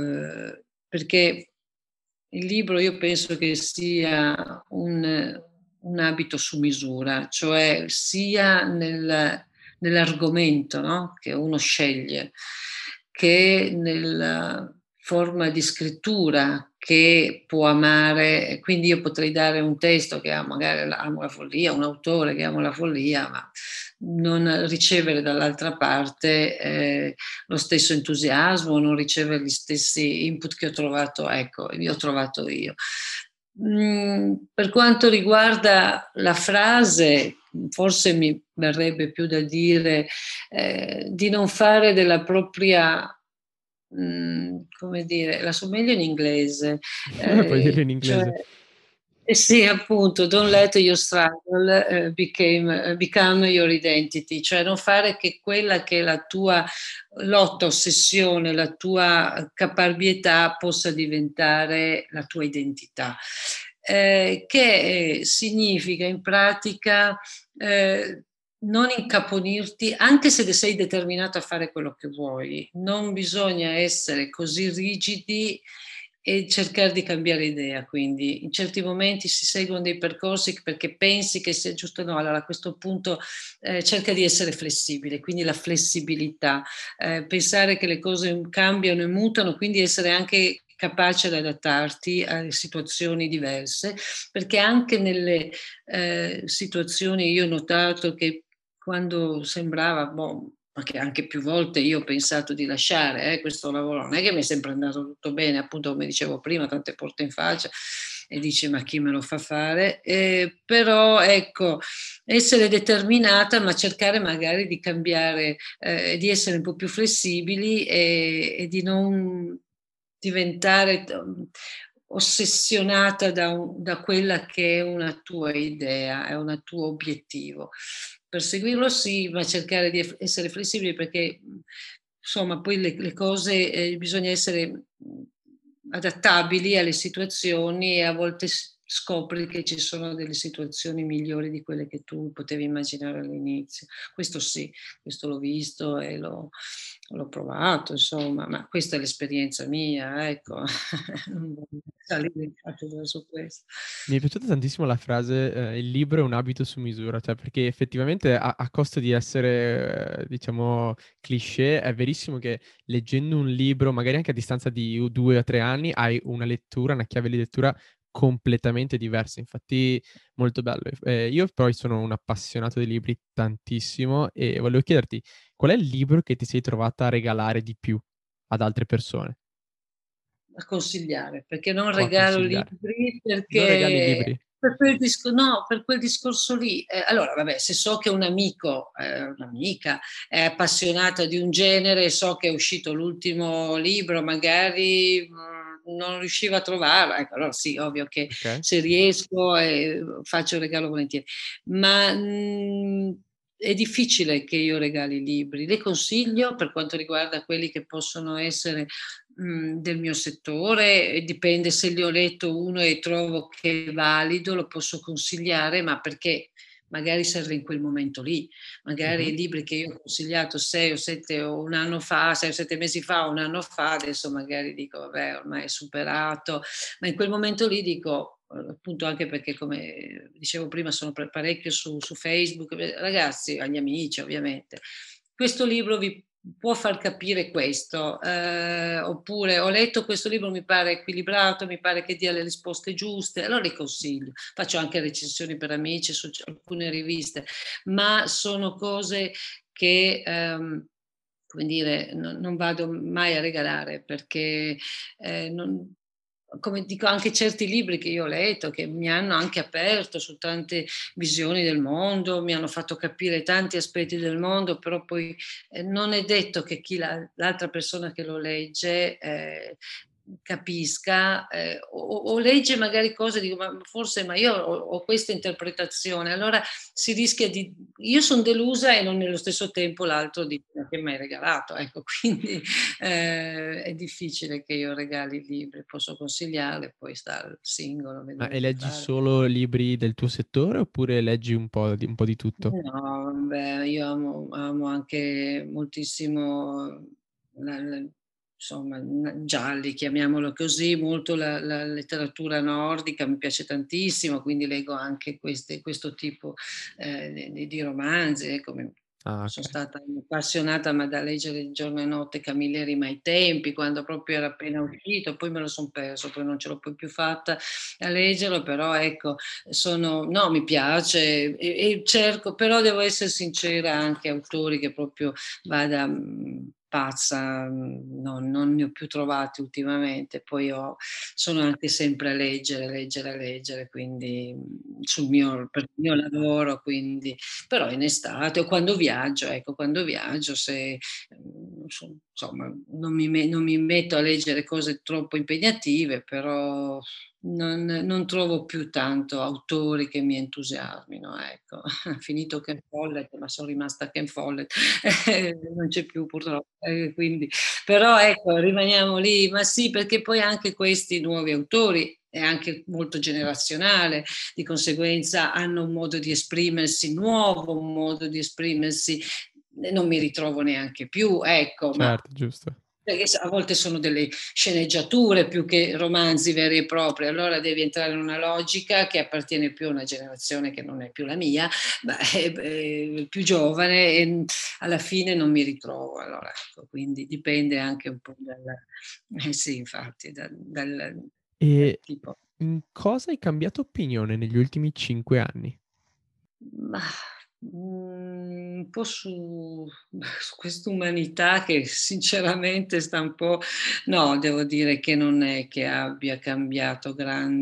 perché il libro io penso che sia un abito su misura, cioè sia nell'argomento, no, che uno sceglie, che nella forma di scrittura che può amare. E quindi io potrei dare un testo che magari amo la follia, un autore che amo la follia, ma non ricevere dall'altra parte lo stesso entusiasmo, non ricevere gli stessi input che ho trovato, ecco, ho trovato io. Per quanto riguarda la frase, forse mi verrebbe più da dire, di non fare della propria, come dire, la so meglio in inglese, Puoi dirlo in cioè inglese. eh sì, appunto, don't let your struggle, become your identity, cioè non fare che quella che è la tua lotta, ossessione, la tua caparbietà possa diventare la tua identità. Che significa in pratica non incaponirti, anche se sei determinato a fare quello che vuoi, non bisogna essere così rigidi e cercare di cambiare idea. Quindi in certi momenti si seguono dei percorsi perché pensi che sia giusto, no, allora a questo punto cerca di essere flessibile, quindi la flessibilità, pensare che le cose cambiano e mutano, quindi essere anche capace ad adattarti a situazioni diverse, perché anche nelle situazioni io ho notato che quando sembrava, boh, ma che anche più volte io ho pensato di lasciare questo lavoro, non è che mi è sempre andato tutto bene, appunto come dicevo prima, tante porte in faccia e dici: "Ma chi me lo fa fare?" Però ecco, essere determinata, ma cercare magari di cambiare, di essere un po' più flessibili e di non diventare ossessionata da quella che è una tua idea, è un tuo obiettivo. Perseguirlo sì, ma cercare di essere flessibili perché, insomma poi le cose, bisogna essere, adattabili alle situazioni e a volte scopri che ci sono delle situazioni migliori di quelle che tu potevi immaginare all'inizio. Questo sì, questo l'ho visto e l'ho provato insomma, ma questa è l'esperienza mia, ecco. Non voglio salire in cattedra su questo. Mi è piaciuta tantissimo la frase, "Il libro è un abito su misura", cioè perché effettivamente a costo di essere, diciamo cliché, è verissimo che leggendo un libro, magari anche a distanza di 2 o 3 anni, hai una lettura, una chiave di lettura completamente diversa. Infatti molto bello. Io poi sono un appassionato di libri tantissimo e volevo chiederti: qual è il libro che ti sei trovata a regalare di più ad altre persone A consigliare, perché non o a regalo consigliare? libri, Non regali perché libri? no, per quel discorso lì. Allora vabbè, se so che un amico, un'amica è appassionata di un genere, so che è uscito l'ultimo libro, magari, non riusciva a trovarlo, ecco, allora sì, ovvio che Okay. se riesco, faccio il regalo volentieri. Ma, è difficile che io regali libri. Le consiglio per quanto riguarda quelli che possono essere, del mio settore, e dipende se li ho letto uno e trovo che è valido, lo posso consigliare, ma perché magari serve in quel momento lì. Magari Mh-mh. i libri che io ho consigliato 6 o 7 o 1 anno fa, 6 o 7 mesi fa o 1 anno fa, adesso magari dico: "Vabbè, ormai è superato", ma in quel momento lì dico, appunto anche perché come dicevo prima sono parecchio su Facebook, ragazzi, agli amici ovviamente, questo libro vi può far capire questo, oppure ho letto questo libro, mi pare equilibrato, mi pare che dia le risposte giuste, allora li consiglio. Faccio anche recensioni per amici su alcune riviste, ma sono cose che, come dire, non vado mai a regalare perché, non come dico anche certi libri che io ho letto, che mi hanno anche aperto su tante visioni del mondo, mi hanno fatto capire tanti aspetti del mondo, però poi, non è detto che chi l'altra persona che lo legge, capisca, o legge magari cose, dico: "Ma forse ma io ho questa interpretazione", allora si rischia di io son delusa e non nello stesso tempo l'altro dice: "Ma che m'hai regalato?" Ecco, quindi, è difficile che io regali libri, posso consigliarli, poi sta al singolo Ma e vedere che leggi fare. solo libri del tuo settore oppure leggi un po' di tutto? No, vabbè, io amo anche moltissimo la insomma, gialli, chiamiamolo così, molto la letteratura nordica, mi piace tantissimo, quindi leggo anche questo tipo, di romanzi, ecco, Ah, son okay. stata appassionata, ma da leggere di giorno e notte Camilleri, ma ai tempi, quando proprio era appena uscito, poi me lo son perso, poi non ce l'ho poi più fatta a leggerlo, però ecco, no, mi piace e cerco, però devo essere sincera, anche autori che proprio vada, pazza, non ne ho più trovati ultimamente. Poi sono anche sempre a leggere, leggere, leggere, quindi, per il mio lavoro, quindi però in estate o quando viaggio, ecco, quando viaggio se, insomma non mi metto a leggere cose troppo impegnative, però non trovo più tanto autori che mi entusiasmino, ecco. Finito Ken Follett, ma son rimasta a Ken Follett, non c'è più purtroppo, quindi però ecco, rimaniamo lì. Ma sì, perché poi anche questi nuovi autori è anche molto generazionale, di conseguenza hanno un modo di esprimersi nuovo, un modo di esprimersi e non mi ritrovo neanche più, ecco, ma Certo, giusto. perché a volte sono delle sceneggiature più che romanzi veri e propri, allora devi entrare in una logica che appartiene più a una generazione che non è più la mia, ma è più giovane e, alla fine non mi ritrovo. Allora ecco, quindi dipende anche un po' sì infatti, dal E tipo. in cosa hai cambiato opinione negli ultimi 5 anni? Mah, un po' su quest'umanità che sinceramente sta un po', no, devo dire che non è che abbia cambiato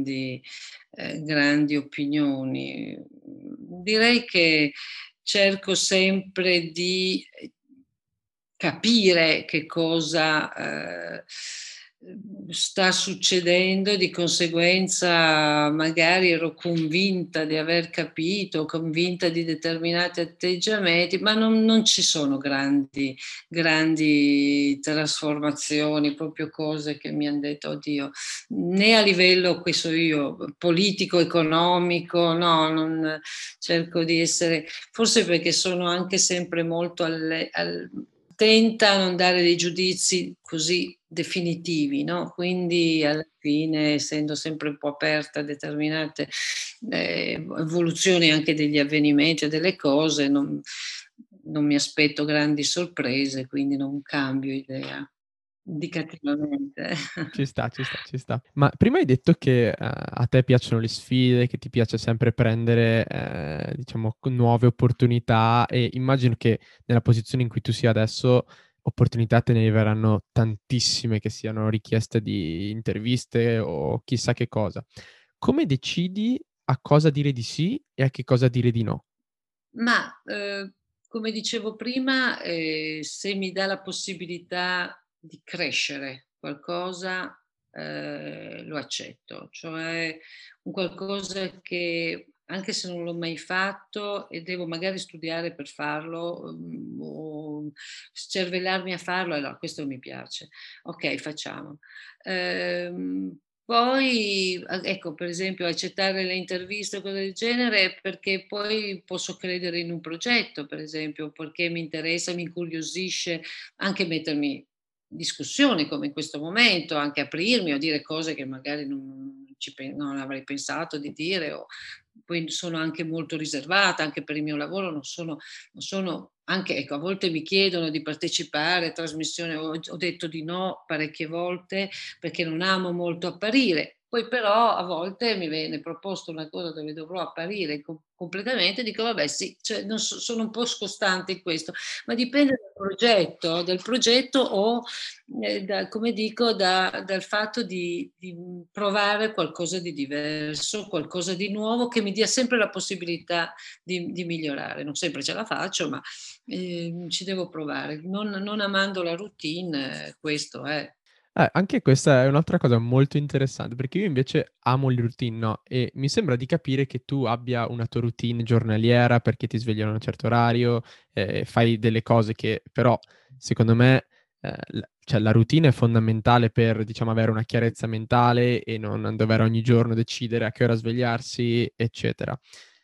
grandi opinioni. Direi che cerco sempre di, capire che cosa, sta succedendo e di conseguenza magari ero convinta di aver capito, convinta di determinati atteggiamenti, ma non ci sono grandi trasformazioni, proprio cose che mi han detto: "Oddio", né a livello, che so io, politico, economico, no, non cerco di essere, forse perché sono anche sempre molto attenta a non dare dei giudizi così definitivi, no, quindi alla fine, essendo sempre un po' aperta a determinate, evoluzioni anche degli avvenimenti o delle cose, non mi aspetto grandi sorprese, quindi non cambio idea indicativamente. Ci sta, ci sta, ci sta. Ma prima hai detto che, a te piacciono le sfide, che ti piace sempre prendere, diciamo nuove opportunità e immagino che nella posizione in cui tu sia adesso, opportunità te ne verranno tantissime, che siano richieste di interviste o chissà che cosa. Come decidi a cosa dire di sì e a che cosa dire di no? Ma, come dicevo prima, se mi dà la possibilità di crescere qualcosa, lo accetto. Cioè un qualcosa che anche se non l'ho mai fatto e devo magari studiare per farlo, o scervellarmi a farlo, allora questo mi piace. Okay, facciamo. Poi ecco, per esempio accettare le interviste o cose del genere, perché poi posso credere in un progetto, per esempio, perché mi interessa, mi incuriosisce anche mettermi in discussione come in questo momento, anche aprirmi o dire cose che magari non avrei pensato di dire, o poi sono anche molto riservata, anche per il mio lavoro non sono anche, ecco, a volte mi chiedono di partecipare a trasmissioni, ho detto di no parecchie volte perché non amo molto apparire. Poi però a volte mi viene proposto una cosa dove dovrò apparire completamente, dico vabbè sì, cioè non sono un po' scostante in questo, ma dipende dal progetto o come dico, dal fatto di provare qualcosa di diverso, qualcosa di nuovo che mi dia sempre la possibilità di migliorare. Non sempre ce la faccio, ma ci devo provare. Non amando la routine, questo è. Anche questa è un'altra cosa molto interessante, perché io invece amo le routine, no, e mi sembra di capire che tu abbia una tua routine giornaliera perché ti svegli a un certo orario, fai delle cose che però secondo me, la routine è fondamentale per, diciamo, avere una chiarezza mentale e non dover ogni giorno decidere a che ora svegliarsi, eccetera.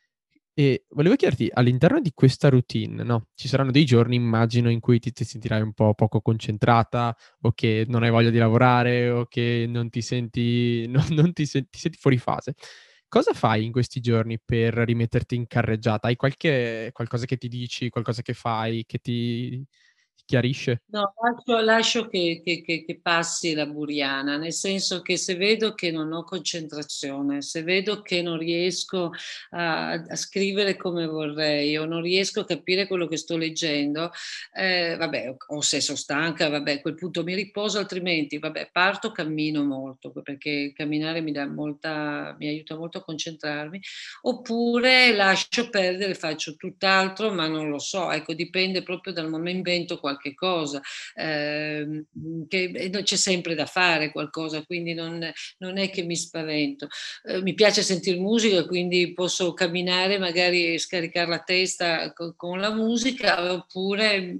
E volevo chiederti, all'interno di questa routine, no, ci saranno dei giorni immagino in cui ti sentirai un po' poco concentrata o che non hai voglia di lavorare o che non ti senti non ti senti fuori fase. Cosa fai in questi giorni per rimetterti in carreggiata? Hai qualcosa che ti dici, qualcosa che fai che ti chiarisce? No, lascio che passi la buriana, nel senso che se vedo che non ho concentrazione, se vedo che non riesco a scrivere come vorrei o non riesco a capire quello che sto leggendo, vabbè, o se so' stanca, vabbè, a quel punto mi riposo, altrimenti vabbè, parto, cammino molto, perché camminare mi aiuta molto a concentrarmi, oppure lascio perdere, faccio tutt'altro, ma non lo so, ecco, dipende proprio dal invento qualche cosa, no, c'è sempre da fare qualcosa, quindi non è che mi spavento. Mi piace sentir musica, quindi posso camminare, magari scaricar la testa con la musica, oppure,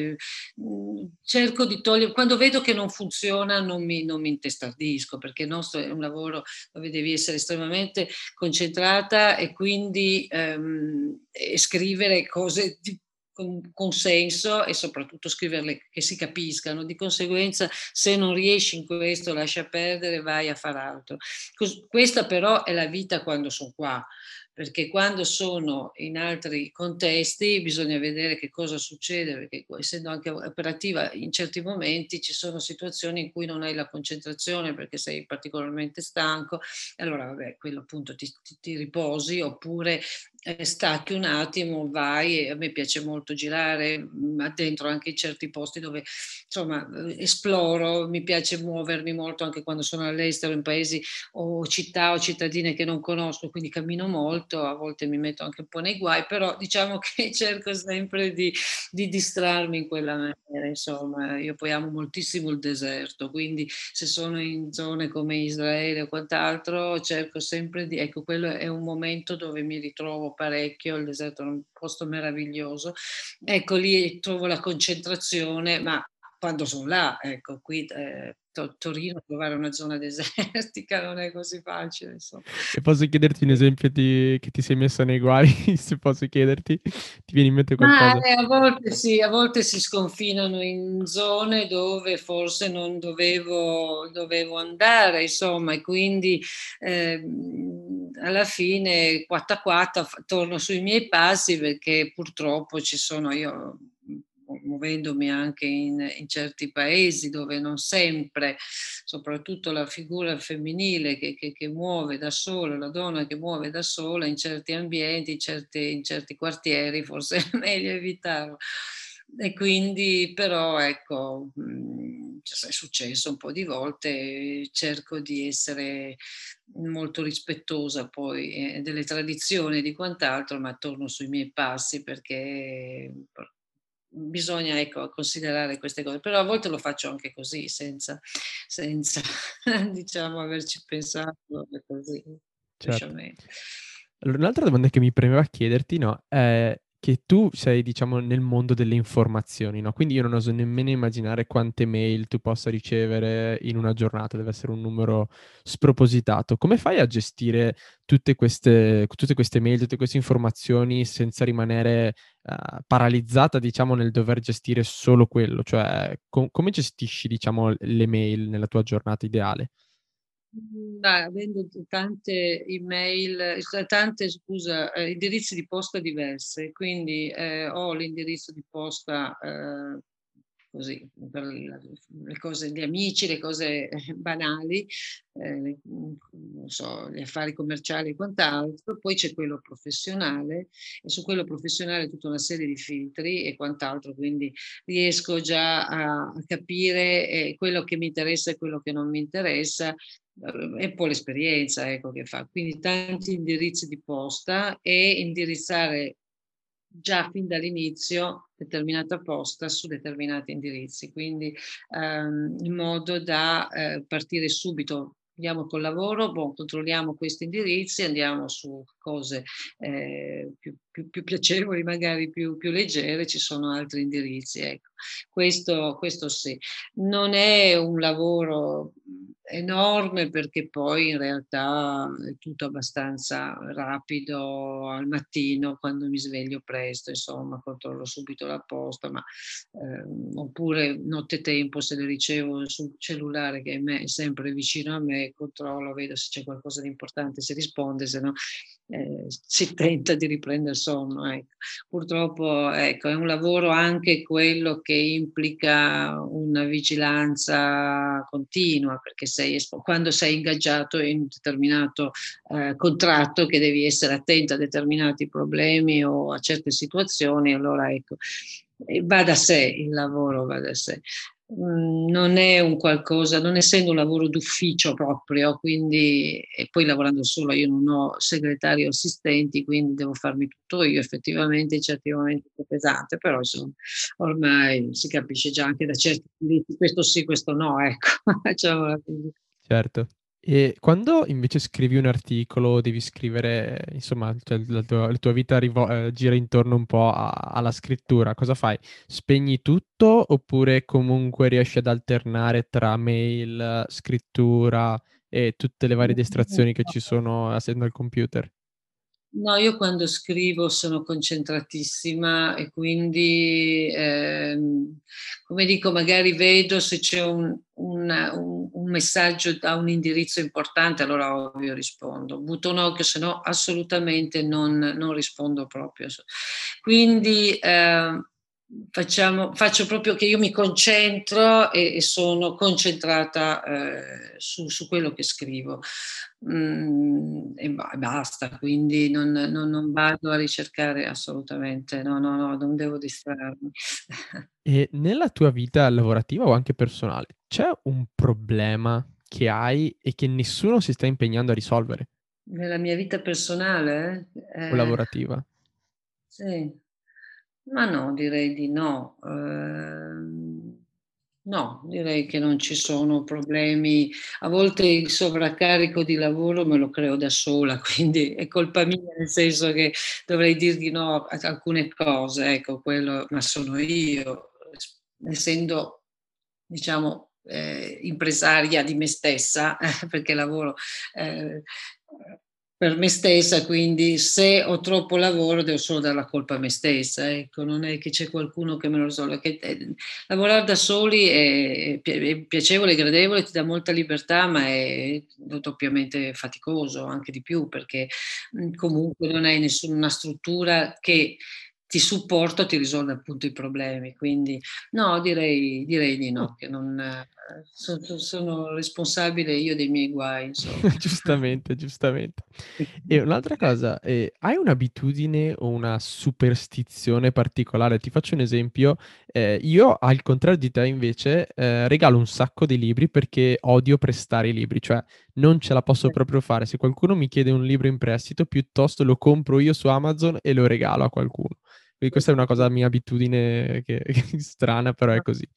cerco di togliere quando vedo che non funziona non mi intestardisco, perché il nostro è un lavoro dove devi essere estremamente concentrata e quindi, scrivere cose con senso e soprattutto scriverle che si capiscano. Di conseguenza, se non riesci in questo, lascia perdere, vai a far altro. Questa però è la vita quando son qua, perché quando sono in altri contesti bisogna vedere che cosa succede, perché essendo anche operativa in certi momenti ci sono situazioni in cui non hai la concentrazione perché sei particolarmente stanco, e allora vabbè, quello appunto ti riposi, oppure stacchi un attimo, vai, e a me piace molto girare, addentro anche in certi posti dove insomma, esploro, mi piace muovermi molto anche quando sono all'estero, in paesi o città o cittadine che non conosco, quindi cammino molto, a volte mi metto anche un po' nei guai, però diciamo che cerco sempre di distrarmi in quella maniera, insomma. Io poi amo moltissimo il deserto, quindi se sono in zone come Israele o quant'altro, cerco sempre di ecco, quello è un momento dove mi ritrovo parecchio, il deserto è un posto meraviglioso. Ecco, lì trovo la concentrazione, ma quando son là, ecco, qui, Torino trovare una zona desertica non è così facile, insom E posso chiederti un esempio di che ti sei messa nei guai, se posso chiederti? Ti viene in mente Ma, qualcosa? a volte sì, a volte si sconfinano in zone dove forse non dovevo andare, insomma, e quindi, alla fine quatta quatta torno sui miei passi perché purtroppo ci sono io, muovendomi anche in certi paesi dove non sempre, soprattutto la figura femminile che muove da sola, la donna che muove da sola in certi ambienti, in certi quartieri, forse è meglio evitarlo. E quindi però ecco, è successo un po' di volte, cerco di essere molto rispettosa poi, delle tradizioni e di quant'altro, ma torno sui miei passi perché bisogna, ecco, considerare queste cose. Però a volte lo faccio anche così, senza diciamo averci pensato, e così, Certo. semplicemente. Allora, un'altra domanda che mi premeva chiederti, no, è che tu sei, diciamo, nel mondo delle informazioni, no? Quindi io non oso nemmeno immaginare quante mail tu possa ricevere in una giornata, deve essere un numero spropositato. Come fai a gestire tutte queste mail, tutte queste informazioni senza rimanere paralizzata, diciamo, nel dover gestire solo quello? Cioè, come gestisci, diciamo, le mail nella tua giornata ideale? Avendo tante email, tante scusa, indirizzi di posta diverse, quindi, ho l'indirizzo di posta, così per le cose gli amici, le cose banali, non so, gli affari commerciali e quant'altro, poi c'è quello professionale e su quello professionale tutta una serie di filtri e quant'altro, quindi riesco già a capire, quello che mi interessa e quello che non mi interessa. È un po' l'esperienza, ecco, che fa. Quindi tanti indirizzi di posta e indirizzare già fin dall'inizio determinata posta su determinati indirizzi, quindi, in modo da, partire subito. Andiamo col lavoro, boh, controlliamo questi indirizzi, andiamo su cose, più piacevoli, magari più leggere, ci sono altri indirizzi, ecco. Questo sì. Non è un lavoro, enorme perché poi in realtà è tutto abbastanza rapido al mattino quando mi sveglio presto, insomma, controllo subito la posta, ma, oppure nottetempo se le ricevo sul cellulare che è sempre vicino a me, controllo, vedo se c'è qualcosa di importante, si risponde, se no, si tenta di riprender sonno, ecco. Purtroppo, ecco, è un lavoro anche quello che implica una vigilanza continua, perché quando sei ingaggiato in un determinato, contratto che devi essere attento a determinati problemi o a certe situazioni, allora ecco, va da sé, il lavoro va da sé. Non è un qualcosa, non essendo un lavoro d'ufficio proprio, quindi e poi lavorando sola, io non ho segretari o assistenti, quindi devo farmi tutto io. Effettivamente in certi momenti è un po' pesante, però insomma ormai si capisce già anche da certi indizi, questo sì, questo no, ecco, facciamola così. Certo. E quando invece scrivi un articolo, devi scrivere, insomma, cioè la tua vita gira intorno un po' alla scrittura, cosa fai? Spegni tutto oppure comunque riesci ad alternare tra mail, scrittura e tutte le varie distrazioni che ci sono essendo al computer? No, io quando scrivo sono concentratissima e quindi, come dico, magari vedo se c'è un messaggio da un indirizzo importante, allora ovvio rispondo. Butto un occhio, se no assolutamente non rispondo proprio. Quindi, faccio proprio che io mi concentro e sono concentrata, su quello che scrivo. E basta, quindi non vado a ricercare assolutamente, no, no, no, non devo distrarmi. E nella tua vita lavorativa o anche personale, c'è un problema che hai e che nessuno si sta impegnando a risolvere? Nella mia vita personale? O lavorativa? Sì. Ma no, direi di no. No, direi che non ci sono problemi. A volte il sovraccarico di lavoro me lo creo da sola, quindi è colpa mia, nel senso che dovrei dir di no a alcune cose, ecco, quello ma sono io, essendo diciamo, impresaria di me stessa, perché lavoro, ehm, per me stessa, quindi se ho troppo lavoro devo solo dar la colpa a me stessa, ecco, non è che c'è qualcuno che me lo risolve, che lavorar da soli è piacevole, gradevole, ti dà molta libertà, ma è doppiamente faticoso, anche di più, perché, comunque non hai nessuna struttura che ti supporta o ti risolve appunto i problemi. Quindi no, direi di Mh. no, che non sono responsabile io dei miei guai, insomma. Giustamente, giustamente. E un'altra cosa, hai un'abitudine o una superstizione particolare? Ti faccio un esempio: io al contrario di te invece, regalo un sacco di libri perché odio prestare i libri, cioè non ce la posso proprio fare. Se qualcuno mi chiede un libro in prestito, piuttosto lo compro io su Amazon e lo regalo a qualcuno. Quindi questa è una cosa mia abitudine che che strana, però è così.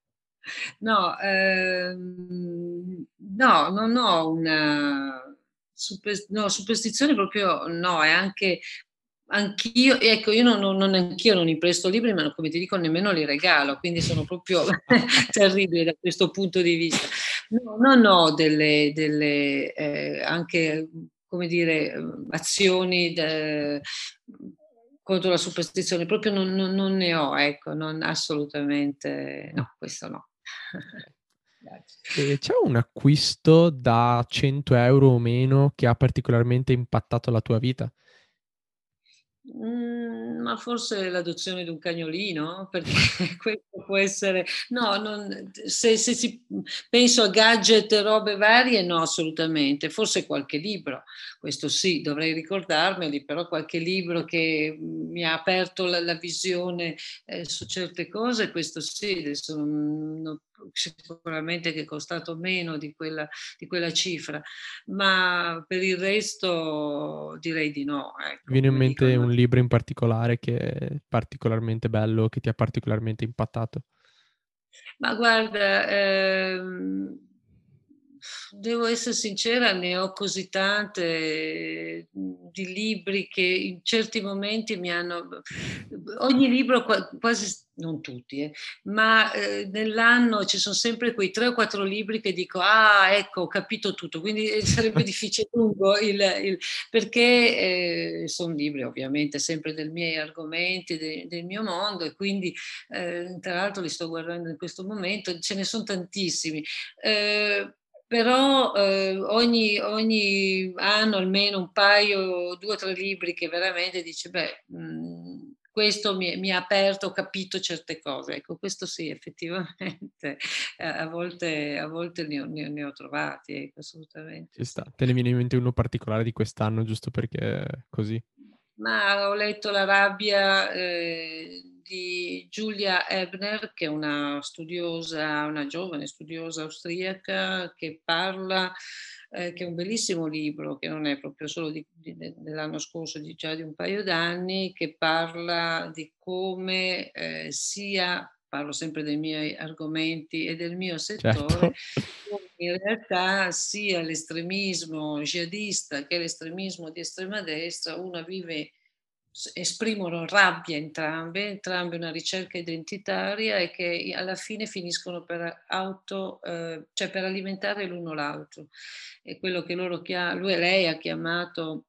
No, no, non ho una no, superstizione proprio no, è anche anch'io, ecco, io anch'io non impresto libri, ma come ti dico nemmeno li regalo, quindi sono proprio terribile da questo punto di vista. No, non ho delle anche, come dire, azioni contro la superstizione, proprio non ne ho, ecco, non assolutamente no, questo no. Okay. Grazie. E c'è un acquisto da 100 € o meno che ha particolarmente impattato la tua vita? Ma forse l'adozione di un cagnolino, perché questo può essere no, non se si penso a gadget e robe varie, no, assolutamente. Forse qualche libro, questo sì, dovrei ricordarmeli, però qualche libro che, mi ha aperto la visione, su certe cose, questo sì, adesso non sicuramente che è costato meno di quella cifra, ma per il resto direi di no, Ti ecco, viene in come mente dicono. un libro in particolare che è particolarmente bello, che ti ha particolarmente impattato? Ma guarda, devo essere sincera, ne ho così tante, di libri che in certi momenti mi hanno ogni libro quasi non tutti, ma, nell'anno ci son sempre quei 3 o 4 libri che dico: "Ah, ecco, ho capito tutto." Quindi, sarebbe difficile lungo il perché, son libri ovviamente sempre del miei argomenti, del mio mondo e quindi tra l'altro li sto guardando in questo momento, ce ne son tantissimi. Ehm, Però, ogni anno almeno un paio, 2 o 3 libri che veramente dici: "Beh, questo mi ha aperto, ho capito certe cose." Ecco, questo sì, effettivamente, a volte ne ho trovati, ecco, assolutamente Ci sta. sì. Te ne viene in mente uno particolare di quest'anno, giusto perché così? Ma ho letto La rabbia, di Julia Ebner, che è una giovane studiosa austriaca che parla che è un bellissimo libro, che non è proprio solo dell'anno scorso, già di un paio d'anni, che parla di come, sia parlo sempre dei miei argomenti e del mio settore, Certo. come in realtà sia l'estremismo jihadista che l'estremismo di estrema destra, una vive esprimono rabbia entrambe una ricerca identitaria e che alla fine finiscono per cioè per alimentare l'uno l'altro. È quello che lei ha chiamato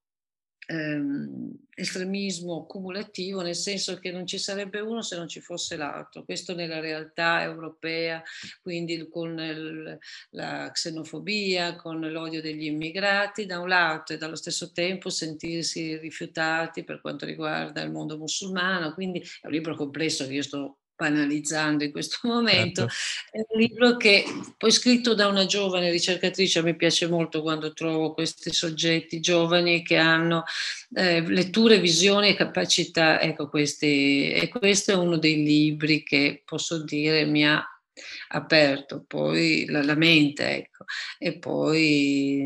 estremismo cumulativo, nel senso che non ci sarebbe uno se non ci fosse l'altro. Questo nella realtà europea, quindi con la xenofobia, con l'odio degli immigrati da un lato e dallo stesso tempo sentirsi rifiutati per quanto riguarda il mondo musulmano. Quindi è un libro complesso che io sto banalizzando in questo momento, Certo. è un libro che poi scritto da una giovane ricercatrice, a me piace molto quando trovo questi soggetti giovani che hanno letture, visioni e capacità, ecco questi e questo è uno dei libri che posso dire mi ha aperto poi la mente, ecco. E poi,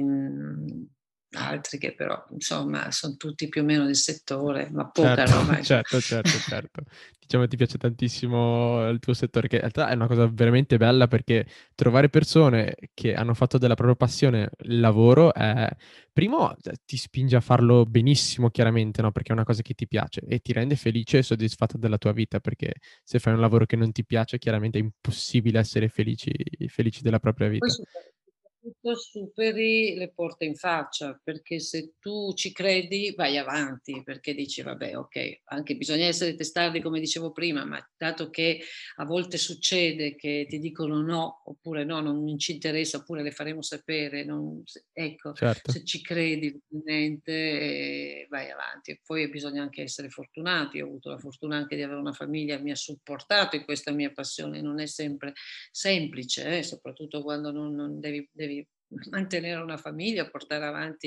altri che però insomma son tutti più o meno del settore, ma poca Certo, roba insomma. certo, certo, certo. Diciamo ti piace tantissimo il tuo settore, che in realtà è una cosa veramente bella perché trovare persone che hanno fatto della propria passione il lavoro è primo, ti spinge a farlo benissimo chiaramente, no, perché è una cosa che ti piace e ti rende felice e soddisfatta della tua vita, perché se fai un lavoro che non ti piace chiaramente è impossibile essere felici della propria Poi vita. soprattutto superi le porte in faccia, perché se tu ci credi vai avanti, perché dici: "Vabbè, okay, anche bisogna essere testardi come dicevo prima, ma dato che a volte succede che ti dicono no, oppure no, non ci interessa, oppure le faremo sapere, non s ecco, Certo, se ci credi veramente, vai avanti." E poi bisogna anche essere fortunati. Io ho avuto la fortuna anche di avere una famiglia che mi ha supportato in questa mia passione, non è sempre semplice, soprattutto quando non devi mantenere una famiglia, portare avanti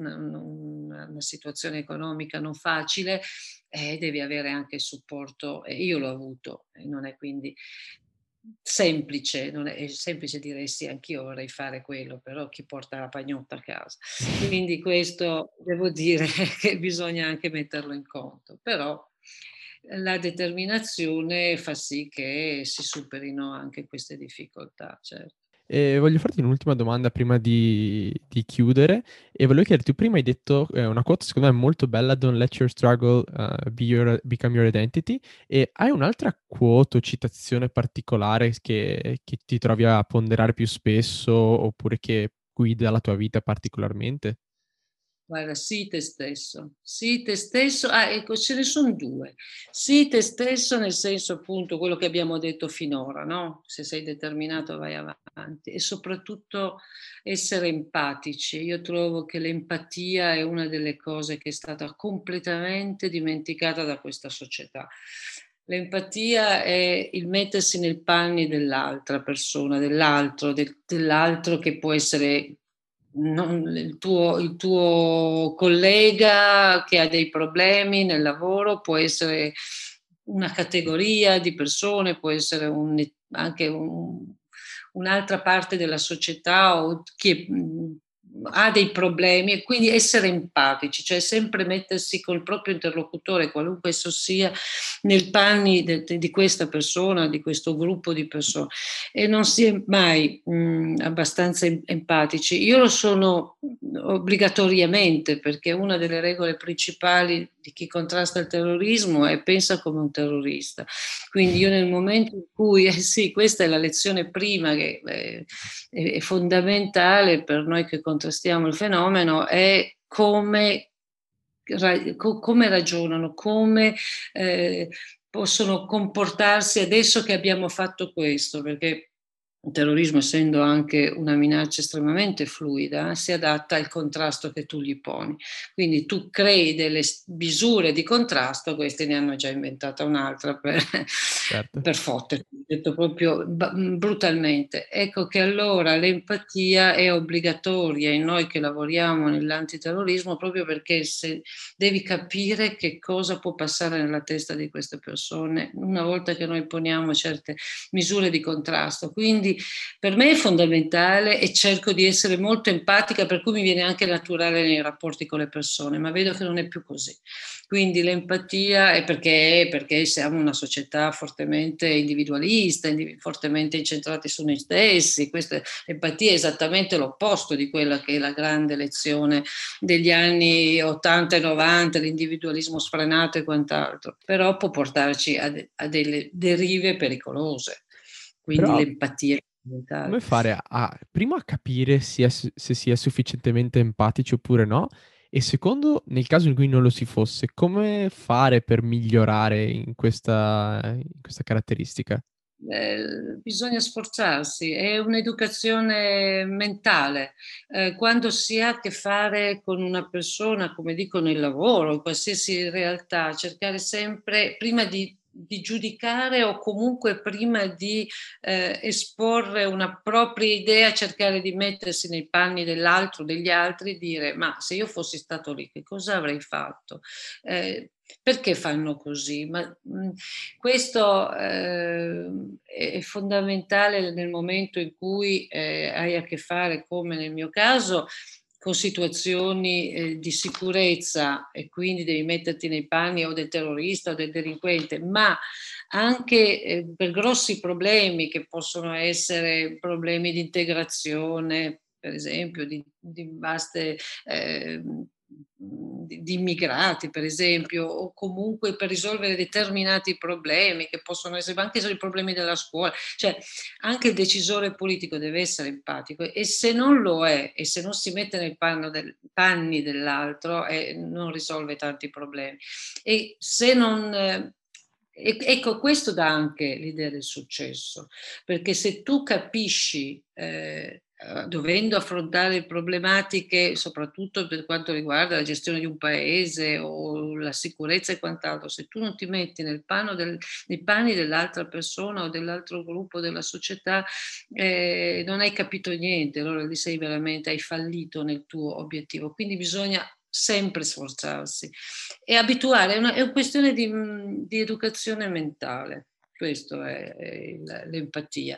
una situazione economica non facile, devi avere anche il supporto e io l'ho avuto e non è quindi semplice, non è semplice dire: "Sì, anch'io vorrei fare quello", però chi porta la pagnotta a casa. Quindi questo devo dire che bisogna anche metterlo in conto, però la determinazione fa sì che si superino anche queste difficoltà, certo. E voglio farti un'ultima domanda prima di chiudere e volevo chiederti, tu prima hai detto una quote secondo me molto bella, Don't let your struggle become your identity, e hai un'altra quote o citazione particolare che ti trovi a ponderare più spesso oppure che guida la tua vita particolarmente? Guarda, sii te stesso, sii te stesso. Ah, ecco, ce ne son 2. Sii te stesso nel senso, appunto, quello che abbiamo detto finora, no, se sei determinato vai avanti e soprattutto essere empatici. Io trovo che l'empatia è una delle cose che è stata completamente dimenticata da questa società. L'empatia è il mettersi nei panni dell'altra persona, dell'altro che può essere il tuo collega che ha dei problemi nel lavoro, può essere una categoria di persone, può essere anche un'altra parte della società o che ha dei problemi, e quindi essere empatici, cioè sempre mettersi col proprio interlocutore, qualunque esso sia, nei panni di questa persona, di questo gruppo di persone, e non si è mai abbastanza empatici. Io lo sono obbligatoriamente, perché una delle regole principali di chi contrasta il terrorismo è pensa come un terrorista. Quindi io nel momento in cui, sì, questa è la lezione prima che è fondamentale per noi che contrastiamo il fenomeno, è come ragionano, come eh, possono comportarsi adesso che abbiamo fatto questo, perché il terrorismo, essendo anche una minaccia estremamente fluida, si adatta al contrasto che tu gli poni. Quindi tu crei delle misure di contrasto, questi ne hanno già inventata un'altra per, Certo. per fottere, detto proprio brutalmente. Ecco che allora l'empatia è obbligatoria in noi che lavoriamo nell'antiterrorismo, proprio perché se devi capire che cosa può passare nella testa di queste persone una volta che noi poniamo certe misure di contrasto. Quindi per me è fondamentale e cerco di essere molto empatica, per cui mi viene anche naturale nei rapporti con le persone, ma vedo che non è più così. Quindi l'empatia è perché siamo una società fortemente individualista, fortemente incentrati su noi stessi. L'empatia è esattamente l'opposto di quella che è la grande lezione degli anni 80 e 90, l'individualismo sfrenato e quant'altro, però può portarci a delle derive pericolose. Quindi Però l'empatia è come fondamentale. fare primo a capire se si è sufficientemente empatici oppure no, e secondo, nel caso in cui non lo si fosse, come fare per migliorare in questa caratteristica? Bisogna sforzarsi, è un'educazione mentale. Quando si ha a che fare con una persona, come dico nel lavoro, in qualsiasi realtà, cercare sempre, prima di giudicare o comunque prima di esporre una propria idea, cercare di mettersi nei panni dell'altro, degli altri, dire: ma se io fossi stato lì, che cosa avrei fatto? Perché fanno così? Questo è fondamentale nel momento in cui hai a che fare, come nel mio caso, con situazioni di sicurezza, e quindi devi metterti nei panni o del terrorista o del delinquente, ma anche per grossi problemi che possono essere problemi di integrazione, per esempio, di vaste di immigrati, per esempio, o comunque per risolvere determinati problemi che possono essere anche solo i problemi della scuola. Cioè, anche il decisore politico deve essere empatico, e se non lo è e se non si mette nei panni dell'altro, non risolve tanti problemi. E se non... ecco, questo dà anche l'idea del successo, perché se tu capisci, dovendo affrontare problematiche, soprattutto per quanto riguarda la gestione di un paese o la sicurezza e quant'altro, se tu non ti metti nei panni dell'altra persona o dell'altro gruppo della società, non hai capito niente, allora lì hai fallito nel tuo obiettivo. Quindi bisogna sempre sforzarsi e abituare, è una questione di educazione mentale, questo è l'empatia.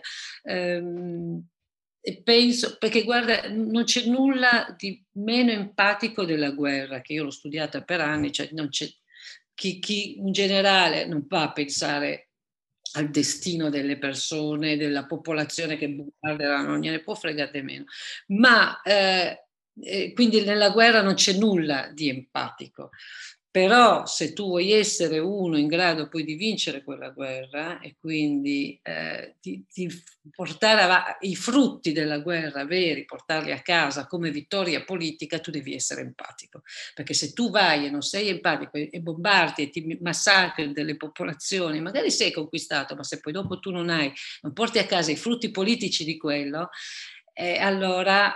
E penso, perché guarda, non c'è nulla di meno empatico della guerra, che io l'ho studiata per anni, cioè non c'è, chi in generale non va a pensare al destino delle persone, della popolazione che bombarderà, non gliene può fregare di meno. Ma quindi nella guerra non c'è nulla di empatico. Però se tu vuoi essere uno in grado poi di vincere quella guerra e quindi di portare i frutti della guerra veri, portarli a casa come vittoria politica, tu devi essere empatico. Perché se tu vai e non sei empatico e bombardi e ti massacri delle popolazioni, magari sei conquistato, ma se poi dopo tu non porti a casa i frutti politici di quello, allora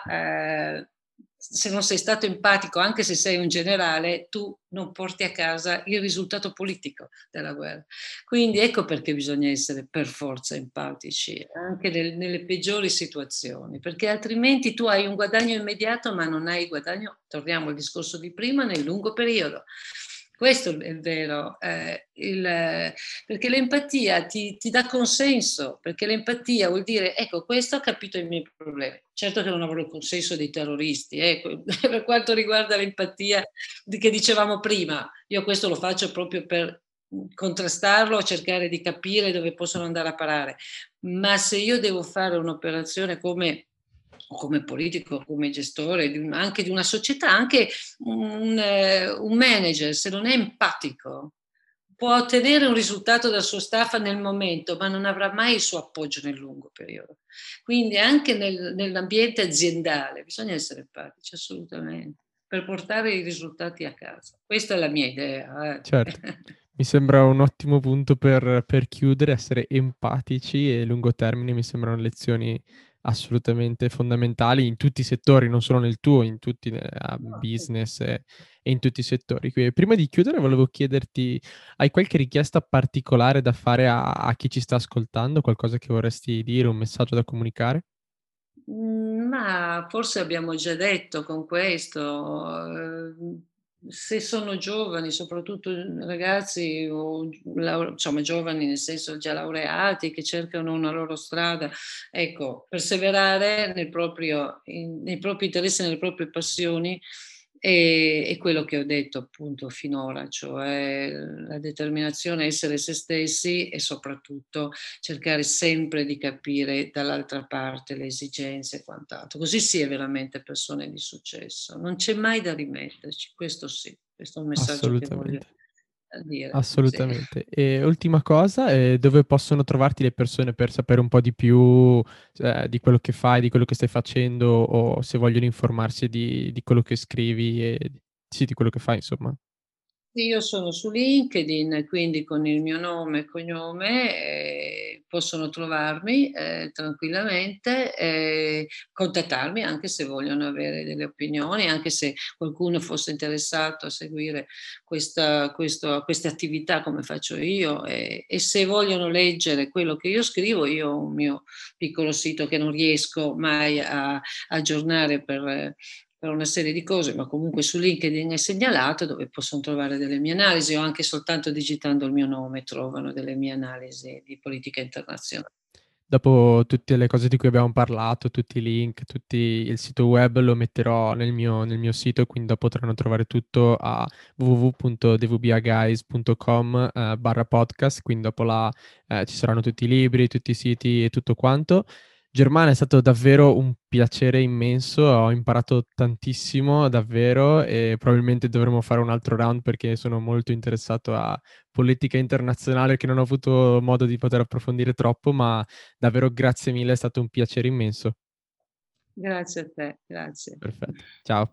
se non sei stato empatico, anche se sei un generale, tu non porti a casa il risultato politico della guerra. Quindi ecco perché bisogna essere per forza empatici, anche nelle peggiori situazioni, perché altrimenti tu hai un guadagno immediato, ma non hai guadagno, torniamo al discorso di prima, nel lungo periodo. Questo è il vero, perché l'empatia ti dà consenso, perché l'empatia vuol dire, ecco, questo ha capito i miei problemi. Certo che non avrò il consenso dei terroristi, per quanto riguarda l'empatia che dicevamo prima, io questo lo faccio proprio per contrastarlo, cercare di capire dove possono andare a parare, ma se io devo fare un'operazione come politico, come gestore anche di una società, anche un manager, se non è empatico, può ottenere un risultato dal suo staff nel momento, ma non avrà mai il suo appoggio nel lungo periodo. Quindi anche nell'ambiente aziendale bisogna essere empatici, assolutamente, per portare i risultati a casa. Questa è la mia idea. Certo. Mi sembra un ottimo punto per chiudere, essere empatici e lungo termine mi sembrano lezioni assolutamente fondamentali in tutti i settori, non solo nel tuo, in tutti business e in tutti i settori. Prima di chiudere volevo chiederti, hai qualche richiesta particolare da fare a chi ci sta ascoltando? Qualcosa che vorresti dire, un messaggio da comunicare? Ma forse abbiamo già detto con questo, se sono giovani, soprattutto ragazzi o insomma giovani nel senso già laureati che cercano una loro strada, ecco, perseverare nei propri interessi, nelle proprie passioni è quello che ho detto appunto finora, cioè la determinazione a essere se stessi e soprattutto cercare sempre di capire dall'altra parte le esigenze e quant'altro. Così si è veramente persone di successo. Non c'è mai da rimetterci, questo sì, questo è un messaggio che voglio Assolutamente. dire. Sì. Assolutamente. E ultima cosa, dove possono trovarti le persone per sapere un po' di più, di quello che fai, di quello che stai facendo o se vogliono informarsi di quello che scrivi e sì, di quello che fai insomma. Io sono su LinkedIn, quindi con il mio nome e cognome, possono trovarmi, tranquillamente e contattarmi anche se vogliono avere delle opinioni, anche se qualcuno fosse interessato a seguire queste attività come faccio io e se vogliono leggere quello che io scrivo, io ho un mio piccolo sito che non riesco mai a aggiornare per una serie di cose, ma comunque su LinkedIn è segnalato dove possono trovare delle mie analisi o anche soltanto digitando il mio nome trovano delle mie analisi di politica internazionale. Dopo tutte le cose di cui abbiamo parlato, tutti i link, tutti il sito web lo metterò nel mio sito, quindi dopo potranno trovare tutto a www.dvbaguys.com, /podcast, quindi dopo là, ci saranno tutti i libri, tutti i siti e tutto quanto. Germana, è stato davvero un piacere immenso, ho imparato tantissimo davvero e probabilmente dovremo fare un altro round perché sono molto interessato a politica internazionale che non ho avuto modo di poter approfondire troppo, ma davvero grazie mille, è stato un piacere immenso. Grazie a te, grazie. Perfetto. Ciao.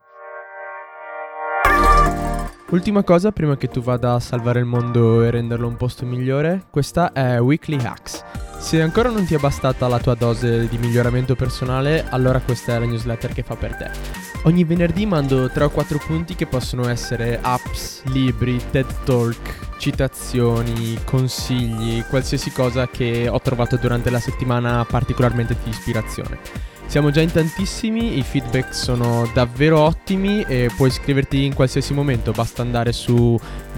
Ultima cosa prima che tu vada a salvare il mondo e renderlo un posto migliore, questa è Weekly Hacks. Se ancora non ti è bastata la tua dose di miglioramento personale, allora questa è la newsletter che fa per te. Ogni venerdì mando 3 o 4 punti che possono essere apps, libri, TED Talk, citazioni, consigli, qualsiasi cosa che ho trovato durante la settimana particolarmente di ispirazione. Siamo già in tantissimi, i feedback sono davvero ottimi e puoi iscriverti in qualsiasi momento, basta andare su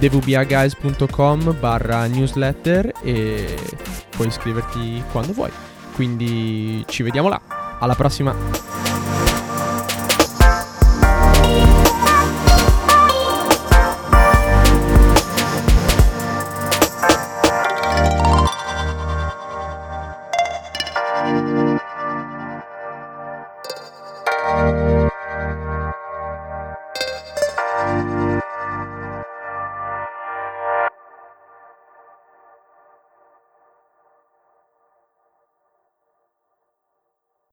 dvbaguys.com/newsletter e puoi iscriverti quando vuoi. Quindi ci vediamo là, alla prossima!